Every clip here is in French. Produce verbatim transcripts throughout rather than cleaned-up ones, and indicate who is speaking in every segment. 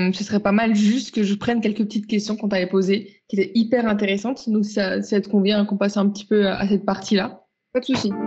Speaker 1: ce serait pas mal juste que je prenne quelques petites questions qu'on t'avait posées, qui étaient hyper intéressantes. Donc, si ça, si ça te convient qu'on passe un petit peu à cette partie-là.
Speaker 2: Pas de souci.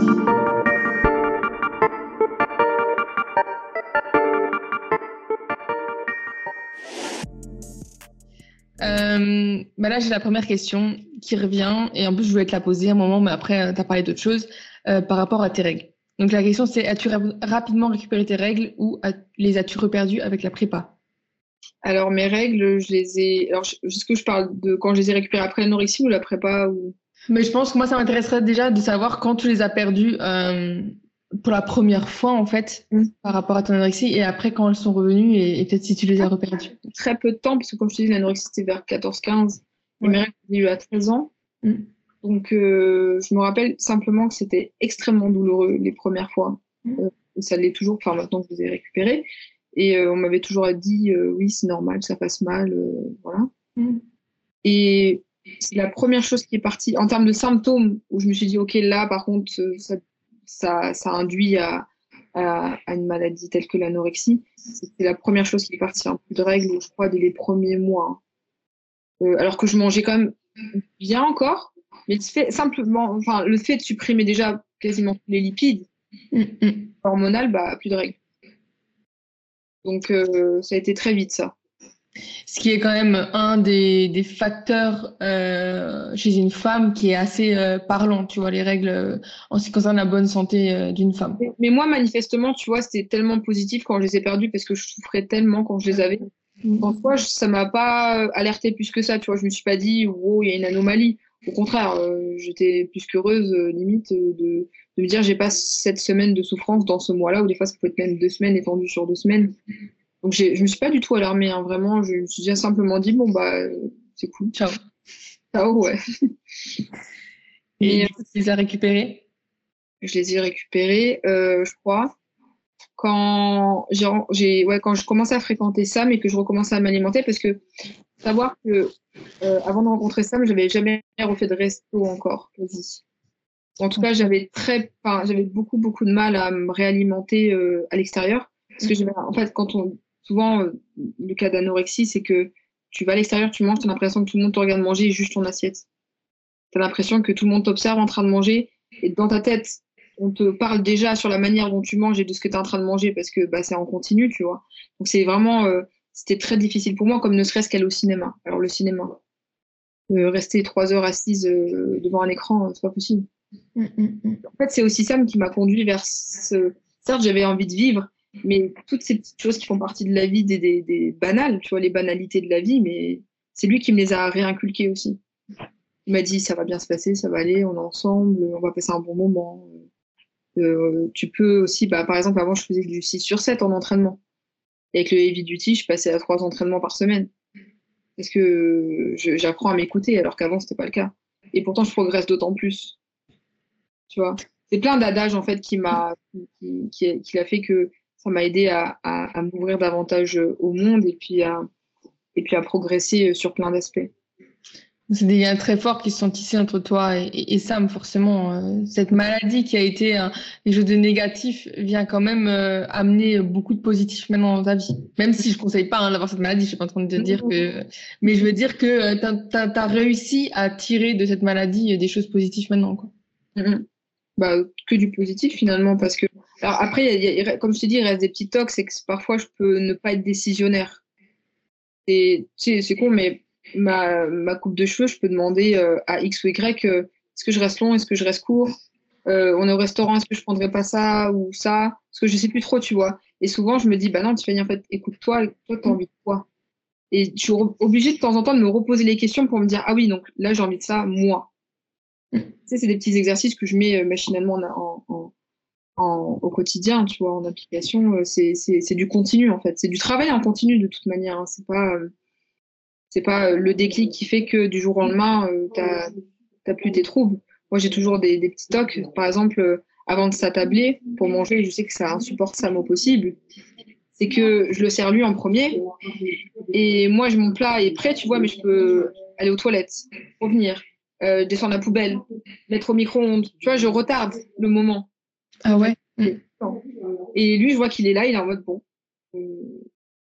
Speaker 1: Euh, bah là, j'ai la première question qui revient. Et en plus, je voulais te la poser un moment, mais après, tu as parlé d'autre chose euh, par rapport à tes règles. Donc, la question, c'est as-tu ra- rapidement récupéré tes règles ou a- les as-tu reperdues avec la prépa?
Speaker 2: Alors, mes règles, je les ai. Alors, je- est-ce que je parle de quand je les ai récupérées après l'anorexie ou la prépa ou...
Speaker 1: Mais je pense que moi, ça m'intéresserait déjà de savoir quand tu les as perdues euh, pour la première fois, en fait,
Speaker 2: Hmm.
Speaker 1: par rapport à ton anorexie, et après quand elles sont revenues, et, et peut-être si tu les as reperdues.
Speaker 2: Très peu de temps, parce que comme je te dis, l'anorexie, c'était vers quatorze quinze. Et mes
Speaker 1: Ouais.
Speaker 2: règles, j'ai eu à treize ans.
Speaker 1: Mm.
Speaker 2: Donc, euh, je me rappelle simplement que c'était extrêmement douloureux les premières fois. Euh, et ça l'est toujours, enfin, maintenant que je les ai récupérées. Et euh, on m'avait toujours dit, euh, oui, c'est normal, ça passe mal, euh, voilà.
Speaker 1: Mm.
Speaker 2: Et c'est la première chose qui est partie, en termes de symptômes, où je me suis dit, OK, là, par contre, euh, ça, ça, ça induit à, à, à une maladie telle que l'anorexie. C'était la première chose qui est partie, un peu de règles, je crois, dès les premiers mois. Euh, alors que je mangeais quand même bien encore, mais le fait, simplement, enfin, le fait de supprimer déjà quasiment tous les lipides
Speaker 1: Mm. Mm.
Speaker 2: hormonaux, bah, plus de règles. Donc, euh, ça a été très vite, ça.
Speaker 1: Ce qui est quand même un des, des facteurs euh, chez une femme qui est assez euh, parlant, tu vois, les règles euh, en ce qui concerne la bonne santé euh, d'une femme.
Speaker 2: Mais, mais moi, manifestement, tu vois, c'était tellement positif quand je les ai perdus parce que je souffrais tellement quand je les avais. En
Speaker 1: Mm.
Speaker 2: soi, je- ça m'a pas alerté plus que ça, tu vois. Je me suis pas dit, wow, il y a une anomalie. Au contraire, euh, j'étais plus qu'heureuse, euh, limite, euh, de, de me dire, j'ai pas cette semaine de souffrance dans ce mois-là, ou des fois, ça peut être même deux semaines étendues sur deux semaines. Donc, j'ai, je me suis pas du tout alarmée, hein, vraiment. Je me suis déjà simplement dit, bon, bah, euh, c'est cool.
Speaker 1: Ciao.
Speaker 2: Ciao, ouais.
Speaker 1: Et
Speaker 2: Mais
Speaker 1: du coup, tu les as récupérés?
Speaker 2: euh, je les ai récupérés, euh, je crois, quand j'ai, j'ai, ouais, quand je commençais à fréquenter Sam et que je recommençais à m'alimenter, parce que savoir que euh, avant de rencontrer Sam, j'avais jamais refait de resto encore, quasi. En tout cas, j'avais très, enfin, j'avais beaucoup, beaucoup de mal à me réalimenter euh, à l'extérieur. Parce que j'avais- en fait, quand on, souvent, euh, le cas d'anorexie, c'est que tu vas à l'extérieur, tu manges, tu as l'impression que tout le monde te regarde manger et juge ton assiette. Tu as l'impression que tout le monde t'observe en train de manger. Et dans ta tête, on te parle déjà sur la manière dont tu manges et de ce que tu es en train de manger parce que bah, c'est en continu, tu vois. Donc, c'est vraiment, euh, c'était très difficile pour moi, comme ne serait-ce qu'aller au cinéma. Alors, le cinéma, euh, rester trois heures assise euh, devant un écran, euh, c'est pas possible.
Speaker 1: Mm, mm, mm.
Speaker 2: En fait, c'est aussi ça qui m'a conduit vers ce. Certes, j'avais envie de vivre, mais toutes ces petites choses qui font partie de la vie, des, des, des banales, tu vois, les banalités de la vie, mais c'est lui qui me les a réinculquées aussi. Il m'a dit, ça va bien se passer, ça va aller, on est ensemble, on va passer un bon moment. Euh, tu peux aussi, bah, par exemple, avant, je faisais du six sur sept en entraînement. Et avec le heavy duty, je passais à trois entraînements par semaine. Parce que je- j'apprends à m'écouter, alors qu'avant, c'était pas le cas. Et pourtant, je progresse d'autant plus. Tu vois. C'est plein d'adages en fait qui m'a qui, qui, qui a fait que ça m'a aidé à, à, à m'ouvrir davantage au monde et puis à et puis à progresser sur plein d'aspects.
Speaker 1: C'est des liens très forts qui se sont tissés entre toi et, et, et Sam, forcément. Euh, cette maladie qui a été euh, quelque chose de négatif vient quand même euh, amener beaucoup de positif maintenant dans ta vie. Même si je conseille pas hein, d'avoir cette maladie, je suis pas en train de te dire que... Mais je veux dire que euh, t'as, t'as, t'as réussi à tirer de cette maladie euh, des choses positives maintenant, quoi.
Speaker 2: Mhm. Bah, que du positif finalement parce que alors après il y a- il y a- comme je t'ai dit il reste des petits tocs c'est que parfois je peux ne pas être décisionnaire et tu sais, c'est con mais ma, ma coupe de cheveux je peux demander euh, à X ou Y euh, est-ce que je reste long est-ce que je reste court. Euh, on est au restaurant, est-ce que je prendrais pas ça ou ça? Parce que je sais plus trop, tu vois. Et souvent, je me dis, bah non, Tiffany, en fait, écoute-toi, toi, t'as envie de quoi? Et je suis re- obligée de temps en temps de me reposer les questions pour me dire, ah oui, donc là, j'ai envie de ça, moi. Tu sais, c'est des petits exercices que je mets euh, machinalement en, en- en- au quotidien, tu vois, en application. Euh, C'est, c'est, c'est du continu, en fait. C'est du travail en continu, de toute manière. Hein. C'est pas, euh, c'est pas euh, le déclic qui fait que du jour au lendemain, euh, t'as, t'as plus tes troubles. Moi, j'ai toujours des, des petits tocs. Par exemple, euh, avant de s'attabler pour manger, je sais que ça insupporte ça au possible. C'est que je le sers lui en premier. Et moi, mon plat est prêt, tu vois, mais je peux aller aux toilettes, revenir, euh, descendre la poubelle, mettre au micro-ondes. Tu vois, je retarde le moment.
Speaker 1: Ah ouais? Mm.
Speaker 2: Et lui, je vois qu'il est là, il est en mode bon. euh,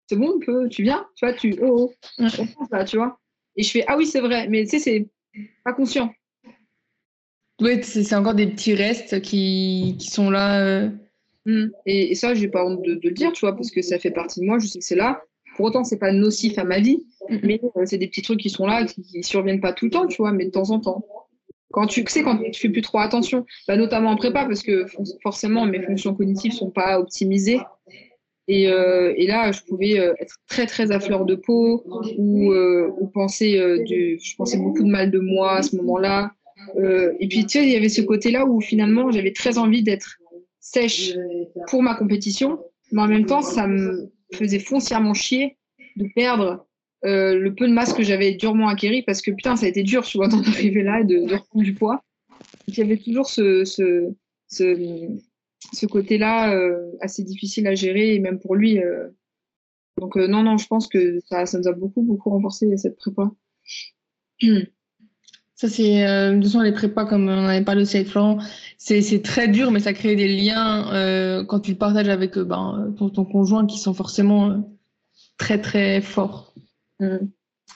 Speaker 2: c'est bon, on peut, tu viens, tu vois, tu, oh, oh,
Speaker 1: Ouais.
Speaker 2: on pense là, tu vois. Et je fais, ah oui, c'est vrai, mais tu sais, c'est pas conscient.
Speaker 1: Ouais, c'est c'est encore des petits restes qui, qui sont là. euh.
Speaker 2: Mm. Et, et ça, j'ai pas honte de, de le dire, tu vois, parce que ça fait partie de moi, je sais que c'est là. Pour autant, c'est pas nocif à ma vie, mais euh, c'est des petits trucs qui sont là, qui, qui surviennent pas tout le temps, tu vois, mais de temps en temps. Quand tu tu sais, quand tu fais plus trop attention, bah, notamment en prépa, parce que for- forcément, mes fonctions cognitives sont pas optimisées. Et, euh, et là, je pouvais euh, être très, très à fleur de peau ou, euh, ou penser, euh, du, je pensais beaucoup de mal de moi à ce moment-là. Euh, et puis, tu sais, il y avait ce côté-là où finalement, j'avais très envie d'être sèche pour ma compétition, mais en même temps, ça me faisait foncièrement chier de perdre euh, le peu de masse que j'avais durement acquéri parce que putain, ça a été dur, tu vois, d'en arriver là et de, de reprendre du poids. Donc, il y avait toujours ce, ce, ce, ce côté-là euh, assez difficile à gérer, et même pour lui. Euh, donc, euh, non, non, je pense que ça, ça nous a beaucoup, beaucoup renforcé cette prépa.
Speaker 1: Ça, c'est, euh, de toute façon, les prépas, comme on en avait parlé aussi avec Florent, c'est, c'est très dur, mais ça crée des liens euh, quand tu le partages avec euh, ben, ton, ton conjoint qui sont forcément euh, très, très forts.
Speaker 2: Mm.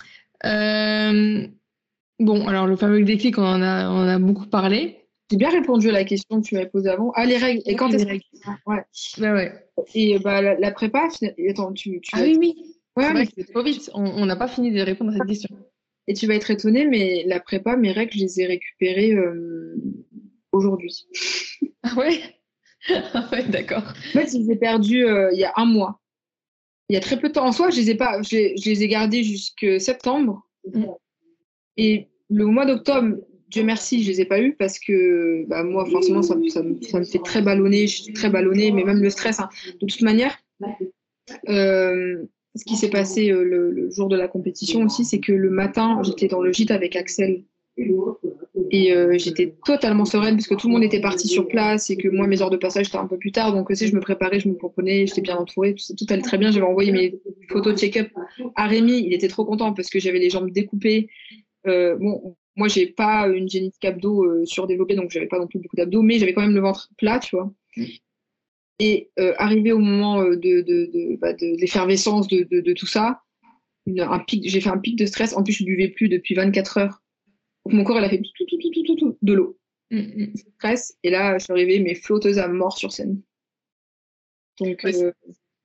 Speaker 1: Euh, bon, alors, le fameux déclic, on en a, on en a beaucoup parlé.
Speaker 2: J'ai bien répondu à la question que tu m'avais posée avant. Ah, les règles. Et quand
Speaker 1: Les
Speaker 2: est-ce
Speaker 1: règles.
Speaker 2: que... Ouais.
Speaker 1: Ouais, ouais.
Speaker 2: Et bah, la, la prépa, fina- attends, tu, tu
Speaker 1: Ah
Speaker 2: vas
Speaker 1: oui,
Speaker 2: être...
Speaker 1: oui.
Speaker 2: Ouais,
Speaker 1: C'est
Speaker 2: mais...
Speaker 1: vrai que c'est trop vite. On on n'a pas fini de répondre à cette question.
Speaker 2: Et tu vas être étonné, mais la prépa, mes règles, je les ai récupérées euh, aujourd'hui.
Speaker 1: Ah ouais? Ah ouais, d'accord.
Speaker 2: En fait, je les ai perdues euh, il y a un mois. Il y a très peu de temps. En soi, je les ai pas, je les, je les ai gardées jusque septembre.
Speaker 1: Mm.
Speaker 2: Et le mois d'octobre, Dieu merci, je les ai pas eus parce que bah, moi, forcément, ça, me- ça, me, ça me fait très ballonner. Je suis très ballonnée, mais même le stress, hein. De toute manière, euh, ce qui s'est passé euh, le, le jour de la compétition aussi, c'est que le matin, j'étais dans le gîte avec Axel. Et euh, j'étais totalement sereine parce que tout le monde était parti sur place et que moi, mes heures de passage étaient un peu plus tard. Donc, tu sais, je me préparais, je me comprenais, j'étais bien entourée, tout, tout allait très bien. J'avais envoyé mes photos de check-up à Rémi. Il était trop content parce que j'avais les jambes découpées. Euh, bon, moi, j'ai pas une génétique abdos euh, surdéveloppée, donc j'avais pas non plus beaucoup d'abdos, mais j'avais quand même le ventre plat, tu vois. Et euh, arrivé au moment euh, de, de, de, bah, de l'effervescence de, de, de tout ça, une- un pic, j'ai fait un pic de stress. En plus, je buvais plus depuis vingt-quatre heures. Donc, mon corps, il a fait tout, tout, tout, tout, tout, tout, tout, de l'eau.
Speaker 1: Mm, mm.
Speaker 2: Stress. Et là, je suis arrivée, mais flotteuse à mort sur scène. Donc,
Speaker 1: Ouais, c'est
Speaker 2: euh,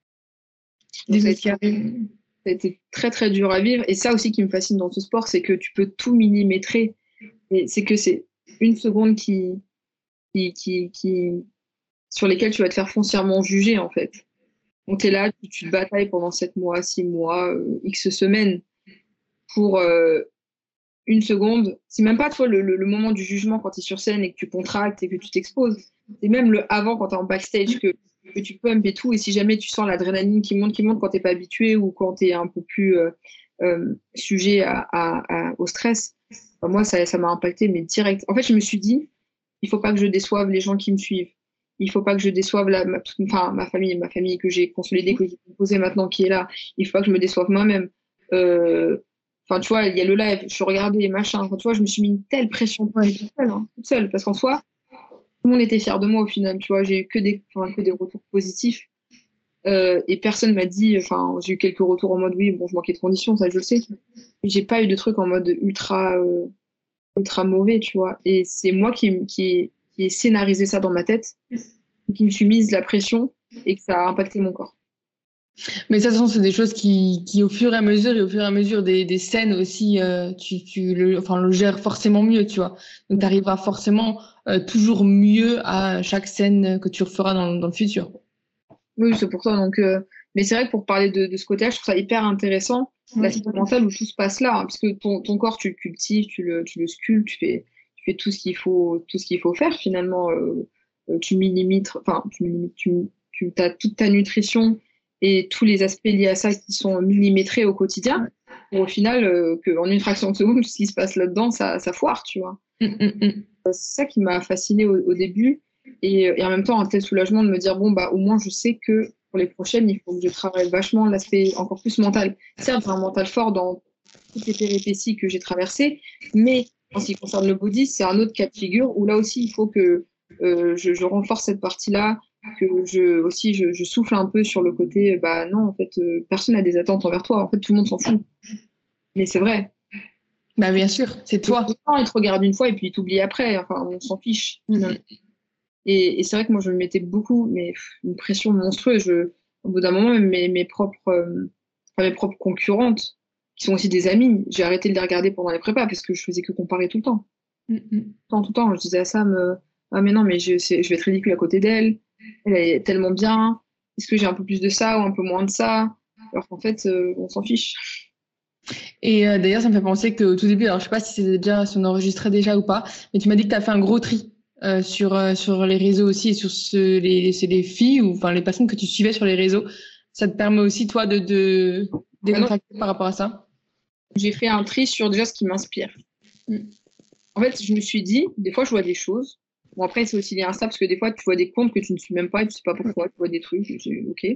Speaker 2: donc
Speaker 1: des
Speaker 2: ça a
Speaker 1: choses
Speaker 2: été,
Speaker 1: qui arrivent.
Speaker 2: ça a été très, très dur à vivre. Et ça aussi qui me fascine dans ce sport, c'est que tu peux tout millimétrer. Et c'est que c'est une seconde qui, qui, qui, qui, sur lesquelles tu vas te faire foncièrement juger, en fait. Donc, tu es là, tu, tu te batailles pendant sept mois, six mois, euh, X semaines pour euh, une seconde. C'est même pas, toi, le, le, le moment du jugement quand tu es sur scène et que tu contractes et que tu t'exposes. C'est même le avant quand tu es en backstage que, que tu peux et tout. Et si jamais tu sens l'adrénaline qui monte, qui monte quand tu n'es pas habitué ou quand tu es un peu plus euh, euh, sujet à, à, à, au stress, ben moi, ça, ça m'a impacté, mais direct. En fait, je me suis dit, il faut pas que je déçoive les gens qui me suivent. Il faut pas que je déçoive la, ma, enfin, ma famille, ma famille que j'ai consolidée, que j'ai composée maintenant, qui est là. Il faut pas que je me déçoive moi-même. Euh, Enfin, tu vois, il y a le live, je regardais les machins. Enfin, tu vois, je me suis mis une telle pression
Speaker 1: Ouais.
Speaker 2: toute seule, hein, toute seule, parce qu'en soi, tout le monde était fier de moi au final. Tu vois, j'ai eu que des, enfin, que des retours positifs. Euh, et personne m'a dit, enfin, j'ai eu quelques retours en mode oui, bon, je manquais de conditions, ça je le sais. Mais j'ai pas eu de trucs en mode ultra, euh, ultra mauvais, tu vois. Et c'est moi qui, qui, qui ai scénarisé ça dans ma tête, qui me suis mise la pression et que ça a impacté mon corps.
Speaker 1: Mais ça, de toute façon, c'est des choses qui, qui, au fur et à mesure, et au fur et à mesure des, des scènes aussi, euh, tu, tu le, enfin, le gères forcément mieux, tu vois. Donc, tu arriveras forcément euh, toujours mieux à chaque scène que tu referas dans, dans le futur.
Speaker 2: Oui, c'est pour ça. Donc, euh, mais c'est vrai que pour parler de, de ce côté-là, je trouve ça hyper intéressant,
Speaker 1: Ouais.
Speaker 2: l'aspect mental où tout se passe là, hein, parce que ton, ton corps, tu le cultives, tu le, tu le sculptes, tu fais, tu fais tout ce qu'il faut, tout ce qu'il faut faire finalement. Euh, euh, tu millimites, enfin, tu millimites, tu, tu as toute ta nutrition et tous les aspects liés à ça qui sont millimétrés au quotidien. Pour au final, euh, qu'en une fraction de seconde, tout ce qui se passe là-dedans, ça, ça foire, tu vois.
Speaker 1: Mm, mm, mm.
Speaker 2: C'est ça qui m'a fascinée au, au début. Et, et en même temps, un tel soulagement de me dire, bon, bah, au moins, je sais que pour les prochaines, il faut que je travaille vachement l'aspect encore plus mental. Certes, j'ai un mental fort dans toutes les péripéties que j'ai traversées, mais en ce qui concerne le body, c'est un autre cas de figure où là aussi, il faut que euh, je, je renforce cette partie-là, que je aussi je, je souffle un peu sur le côté bah non en fait euh, personne n'a des attentes envers toi, en fait tout le monde s'en fout. Mais c'est vrai.
Speaker 1: Bah bien sûr, c'est toi.
Speaker 2: Il te regarde une fois et puis il t'oublie après, enfin on s'en fiche.
Speaker 1: Mm-hmm.
Speaker 2: Et, et c'est vrai que moi je me mettais beaucoup mais une pression monstrueuse. Je, au bout d'un moment mes, mes propres euh, enfin, mes propres concurrentes qui sont aussi des amies, j'ai arrêté de les regarder pendant les prépas parce que je faisais que comparer tout le temps.
Speaker 1: Mm-hmm.
Speaker 2: Tout le temps, tout le temps. Je disais à Sam, euh, ah mais non, mais je, c'est- je vais être ridicule à côté d'elle. Elle est tellement bien. Est-ce que j'ai un peu plus de ça ou un peu moins de ça? Alors qu'en fait, euh, on s'en fiche.
Speaker 1: Et euh, d'ailleurs, ça me fait penser qu'au tout début, alors je sais pas si c'est déjà, si on enregistrait déjà ou pas, mais tu m'as dit que tu as fait un gros tri euh, sur, euh, sur les réseaux aussi et sur ce, les, c'est les filles ou enfin les personnes que tu suivais sur les réseaux. Ça te permet aussi, toi, de, de
Speaker 2: Ah non,
Speaker 1: décontracter par rapport à ça?
Speaker 2: j'ai fait un tri sur déjà ce qui m'inspire.
Speaker 1: Mm.
Speaker 2: En fait, je me suis dit, des fois, je vois des choses. Bon, après, c'est aussi lié à Insta, parce que des fois, tu vois des comptes que tu ne suis même pas et tu sais pas pourquoi, tu vois des trucs, et j'ai- ok.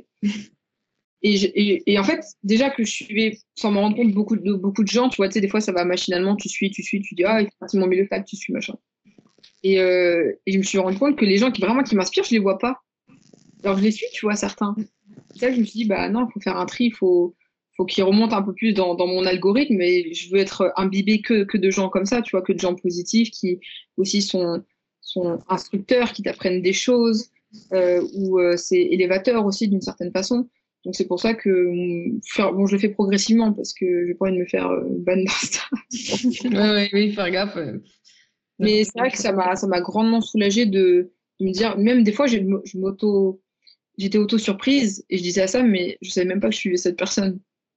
Speaker 2: Et, je- et, et en fait, déjà que je suivais, sans me rendre compte, beaucoup de, beaucoup de gens, tu vois, tu sais, des fois, ça va machinalement, tu suis, tu suis, tu dis, ah, il faut m'ont mis le fait, tu suis, machin. Et, euh, et je me suis rendu compte que les gens qui vraiment qui m'inspirent, je les vois pas. Alors, je les suis, tu vois, certains. C'est ça que je me suis dit, bah non, il faut faire un tri, il faut, faut qu'ils remontent un peu plus dans, dans mon algorithme. Et je veux être imbibé que, que de gens comme ça, tu vois, que de gens positifs qui aussi sont, sont instructeurs, qui t'apprennent des choses, euh, ou euh, c'est élévateur aussi d'une certaine façon. Donc c'est pour ça que euh, faire, bon, je le fais progressivement parce que j'ai pas envie de me faire euh, ban d'Insta.
Speaker 1: Ouais, ouais, oui, faire gaffe. euh.
Speaker 2: Mais c'est vrai que ça m'a, ça m'a grandement soulagée de, de me dire, même des fois, j'ai- je m'auto, j'étais auto-surprise et je disais à ça, mais je savais même pas que je suivais cette personne.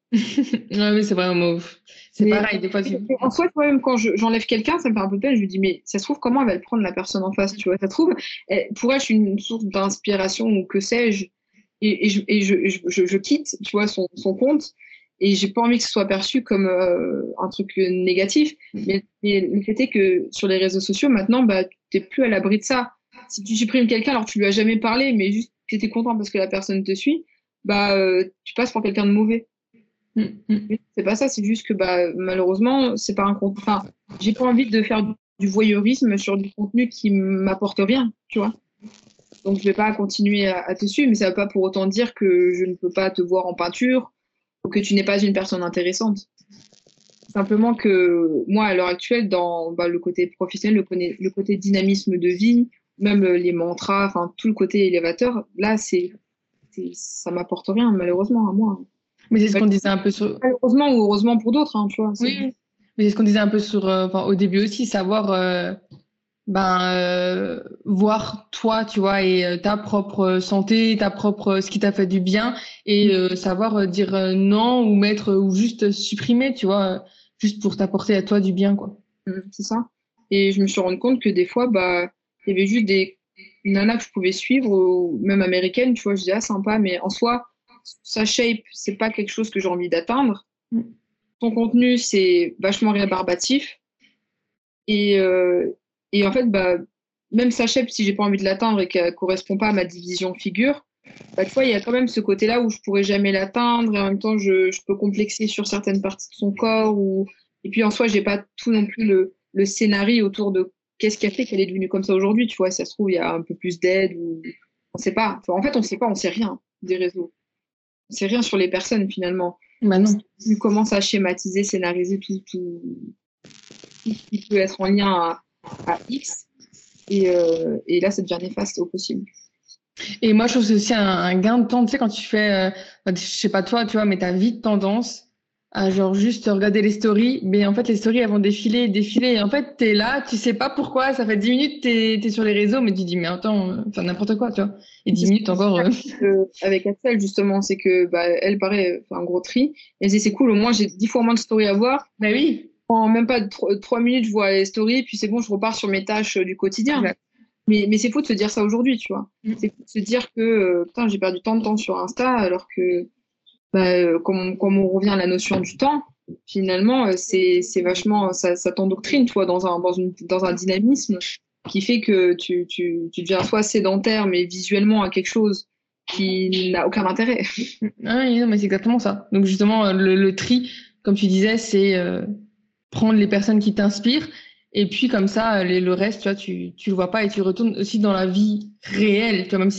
Speaker 1: Ouais, oui, c'est vraiment ouf. C'est
Speaker 2: Mais
Speaker 1: pareil, des fois, tu...
Speaker 2: en soi, tu vois, même quand je- j'enlève quelqu'un, ça me fait un peu peine. Je me dis, mais ça se trouve, comment elle va le prendre, la personne en face, tu vois? Ça se trouve, elle- pour elle, je suis une source d'inspiration ou que sais-je. Et, et, je, et je, je, je- je quitte, tu vois, son, son compte. Et j'ai pas envie que ce soit perçu comme euh, un truc négatif. Mais, mais le fait est que sur les réseaux sociaux, maintenant, bah, t'es plus à l'abri de ça. Si tu supprimes quelqu'un alors que tu lui as jamais parlé, mais juste tu étais content parce que la personne te suit, bah, euh, tu passes pour quelqu'un de mauvais.
Speaker 1: Mm, mm.
Speaker 2: C'est pas ça, c'est juste que bah, malheureusement, c'est pas un compte. Enfin, j'ai pas envie de faire du voyeurisme sur du contenu qui m'apporte rien, tu vois. Donc je vais pas continuer à, à te suivre, mais ça veut pas pour autant dire que je ne peux pas te voir en peinture ou que tu n'es pas une personne intéressante. Simplement que moi, à l'heure actuelle, dans bah, le côté professionnel, le, côté- le côté dynamisme de vie, même euh, les mantras, enfin tout le côté élévateur, là, c'est, c'est- ça m'apporte rien, malheureusement, à moi.
Speaker 1: Mais c'est ce qu'on disait un peu sur...
Speaker 2: Malheureusement ou heureusement pour d'autres, hein, tu vois. c'est-
Speaker 1: Oui, mais c'est ce qu'on disait un peu sur, euh, enfin, au début aussi, savoir euh, ben, euh, voir toi, tu vois, et euh, ta propre santé, ta propre, ce qui t'a fait du bien, et euh, savoir euh, dire euh, non ou mettre, euh, ou juste supprimer, tu vois, euh, juste pour t'apporter à toi du bien, quoi.
Speaker 2: Mm, c'est ça. Et je me suis rendu compte que des fois, bah, il y avait juste des nanas que je pouvais suivre, ou même américaines, tu vois, je dis, ah, sympa, mais en soi, sa shape, c'est pas quelque chose que j'ai envie d'atteindre.
Speaker 1: Mm.
Speaker 2: Son contenu, c'est vachement rébarbatif. Et, euh, et en fait, bah, même sa shape, si j'ai pas envie de l'atteindre et qu'elle correspond pas à ma division figure, bah, tu vois, il y a quand même ce côté-là où je pourrais jamais l'atteindre et en même temps, je, je peux complexer sur certaines parties de son corps. Ou... Et puis en soi, j'ai pas tout non plus le, le scénario autour de qu'est-ce qui a fait qu'elle est devenue comme ça aujourd'hui. Tu vois, si ça se trouve, il y a un peu plus d'aide ou on sait pas. Enfin, en fait, on sait pas, on sait rien des réseaux. On sait rien sur les personnes finalement.
Speaker 1: Bah non.
Speaker 2: Tu commences à schématiser, scénariser tout, tout, tout ce qui peut être en lien à, à X. Et, euh, et là, ça devient néfaste au possible.
Speaker 1: Et moi, je trouve que c'est aussi un, un gain de temps, tu sais, quand tu fais, euh, enfin, je sais pas toi, tu vois, mais t'as vite tendance à genre juste regarder les stories, mais en fait, les stories, elles vont défiler, défiler, et en fait, t'es là, tu sais pas pourquoi, ça fait dix minutes, t'es, t'es sur les réseaux, mais tu dis, mais attends, euh, enfin, n'importe quoi, tu vois. Et dix minutes encore. euh,
Speaker 2: Euh, avec Axel, justement, c'est que bah, elle, pareil, fait un gros tri. Elle disait, c'est cool, au moins j'ai dix fois moins de stories à voir.
Speaker 1: Bah oui.
Speaker 2: En même pas de tro- trois minutes, je vois les stories, puis c'est bon, je repars sur mes tâches euh, du quotidien.
Speaker 1: Exact.
Speaker 2: Mais, mais c'est fou de se dire ça aujourd'hui, tu vois.
Speaker 1: Mm.
Speaker 2: C'est fou de se dire que euh, putain, j'ai perdu tant de temps sur Insta, alors que, bah, euh, comme, on, comme on revient à la notion du temps, finalement, euh, c'est, c'est vachement, ça, ça t'endoctrine, tu vois, dans un, dans, une, dans un dynamisme qui fait que tu, tu, tu deviens soit sédentaire, mais visuellement à quelque chose qui n'a aucun intérêt.
Speaker 1: Ah oui, non, mais c'est exactement ça. Donc justement, euh, le, le tri, comme tu disais, c'est euh, prendre les personnes qui t'inspirent, et puis comme ça, euh, les, le reste, tu vois, tu, tu le vois pas et tu retournes aussi dans la vie réelle, tu vois, même si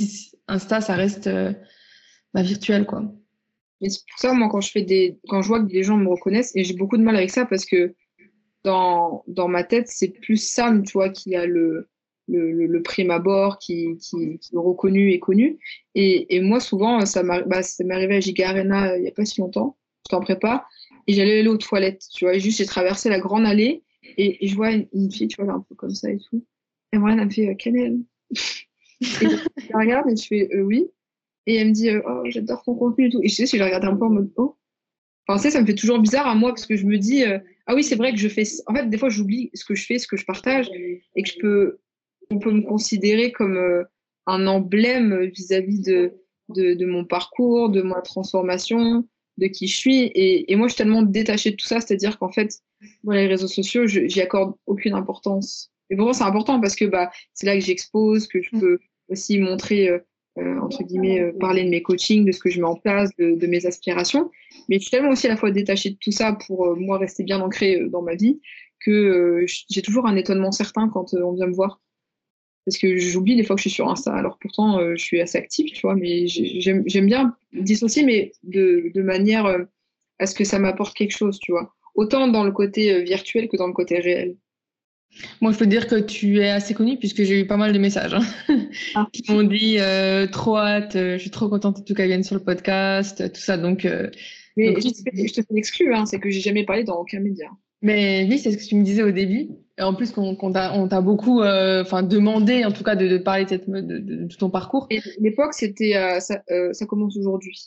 Speaker 1: Insta, ça reste euh, bah, virtuel, quoi.
Speaker 2: Mais c'est pour ça, moi, quand je fais des, quand je vois que des gens me reconnaissent, et j'ai beaucoup de mal avec ça parce que dans, dans ma tête, c'est plus Sam, tu vois, qui a le, le, le, le prime abord, qui, qui, qui est reconnu et connu. Et, et moi, souvent, ça m'arri- bah, ça m'est arrivé à Giga Arena euh, il n'y a pas si longtemps, j'étais en prépa, et j'allais aller aux toilettes, tu vois, et juste j'ai traversé la grande allée, et, et je vois une, une fille, tu vois, là, un peu comme ça et tout. Et moi, elle me fait euh, Canel. Et je la regarde et je fais euh, oui. Et elle me dit euh, oh, j'adore ton contenu et tout. Et je sais, si je la regarde un peu en mode oh. Enfin, tu sais, ça me fait toujours bizarre à moi parce que je me dis, euh, ah oui, c'est vrai que je fais. En fait, des fois, j'oublie ce que je fais, ce que je partage, et que je peux, on peut me considérer comme euh, un emblème vis-à-vis de, de, de mon parcours, de ma transformation, de qui je suis. Et, et moi, je suis tellement détachée de tout ça, c'est-à-dire qu'en fait, moi, les réseaux sociaux, je, j'y accorde aucune importance. Et pour moi, c'est important parce que bah, c'est là que j'expose, que je peux aussi montrer, euh, euh, entre guillemets, euh, parler de mes coachings, de ce que je mets en place, de, de mes aspirations. Mais je suis tellement aussi à la fois détachée de tout ça pour euh, moi rester bien ancrée euh, dans ma vie que euh, j'ai toujours un étonnement certain quand euh, on vient me voir. Parce que j'oublie des fois que je suis sur Insta. Alors pourtant, euh, je suis assez active, tu vois, mais j'ai- j'aime j'aime bien dissocier, mais de, de manière euh, à ce que ça m'apporte quelque chose, tu vois. Autant dans le côté euh, virtuel que dans le côté réel.
Speaker 1: Moi, je peux te dire que tu es assez connue puisque j'ai eu pas mal de messages hein,
Speaker 2: Ah.
Speaker 1: qui m'ont dit euh, trop hâte, euh, je suis trop contente en tout cas qu'elle vienne sur le podcast, euh, tout ça. Donc, euh, donc
Speaker 2: Mais je te fais, je te fais l'exclu, hein, c'est que j'ai jamais parlé dans aucun média.
Speaker 1: mais oui, c'est ce que tu me disais au début. Et en plus, qu'on, qu'on t'a, on t'a beaucoup euh, enfin, demandé, en tout cas, de, de parler de, cette, de, de, de ton parcours.
Speaker 2: Et l'époque, c'était, euh, ça, euh, ça commence aujourd'hui,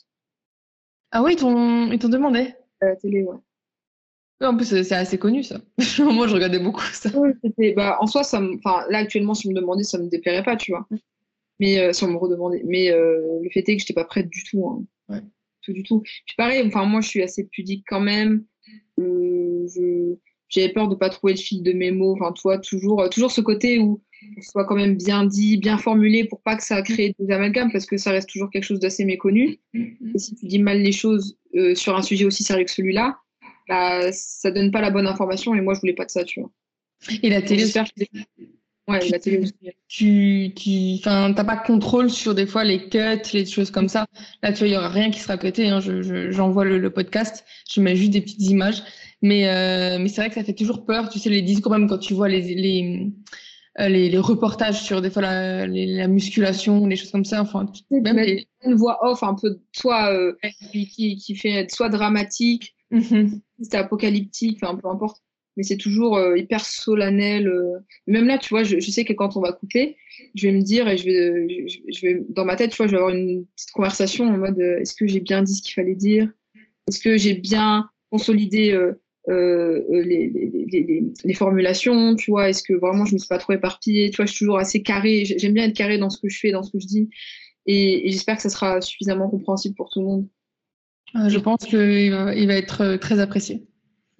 Speaker 1: Ah oui, ils t'ont, ils t'ont demandé.
Speaker 2: à la télé, ouais.
Speaker 1: Ouais, en plus, c'est c'est assez connu, ça. Moi, je regardais beaucoup ça.
Speaker 2: Ouais, c'était, bah, en soi, ça me, enfin, là, actuellement, si on me demandait, ça me déplairait pas, tu vois. Mais, euh, si on me redemandait. Mais, euh, le fait est que j'étais pas prête du tout, hein.
Speaker 1: Ouais.
Speaker 2: Tout du tout. Puis pareil, enfin, moi, je suis assez pudique quand même. Euh, je, j'avais peur de pas trouver le fil de mes mots. Enfin, toi, toujours, euh, toujours ce côté où ce soit quand même bien dit, bien formulé pour pas que ça crée des amalgames parce que ça reste toujours quelque chose d'assez méconnu. Et si tu dis mal les choses, euh, sur un sujet aussi sérieux que celui-là, bah, ça donne pas la bonne information et moi, je voulais pas de ça, tu vois.
Speaker 1: Et la
Speaker 2: Donc,
Speaker 1: télé aussi.
Speaker 2: j'espère que ouais,
Speaker 1: Tu,
Speaker 2: la télé aussi.
Speaker 1: tu, tu, enfin, t'as pas de contrôle sur des fois les cuts, les choses comme ça. Là, tu vois, il y aura rien qui sera cuté. Hein. Je, je, j'envoie le, le podcast, je mets juste des petites images. Mais, euh, mais c'est vrai que ça fait toujours peur. Tu sais, les discours, même quand tu vois les, les, euh, les, les reportages sur des fois la, les- la musculation, les choses comme ça. Enfin, tu-
Speaker 2: Tu
Speaker 1: même
Speaker 2: mets
Speaker 1: les.
Speaker 2: une voix off un peu, soit euh, qui, qui, qui fait soit dramatique,
Speaker 1: Mhm.
Speaker 2: c'est apocalyptique, enfin peu importe, mais c'est toujours euh, hyper solennel. euh. Même là, tu vois, je, je sais que quand on va couper, je vais me dire et je vais, je, je vais dans ma tête, tu vois, je vais avoir une petite conversation en mode euh, est-ce que j'ai bien dit ce qu'il fallait dire? Est-ce que j'ai bien consolidé euh, euh, euh, les, les, les, les, les formulations, tu vois? Est-ce que vraiment je me suis pas trop éparpillée? Tu vois, je suis toujours assez carrée. J'aime bien être carrée dans ce que je fais, dans ce que je dis, et, et j'espère que ça sera suffisamment compréhensible pour tout le monde.
Speaker 1: Euh, Je pense qu'il va, il va être euh, très apprécié.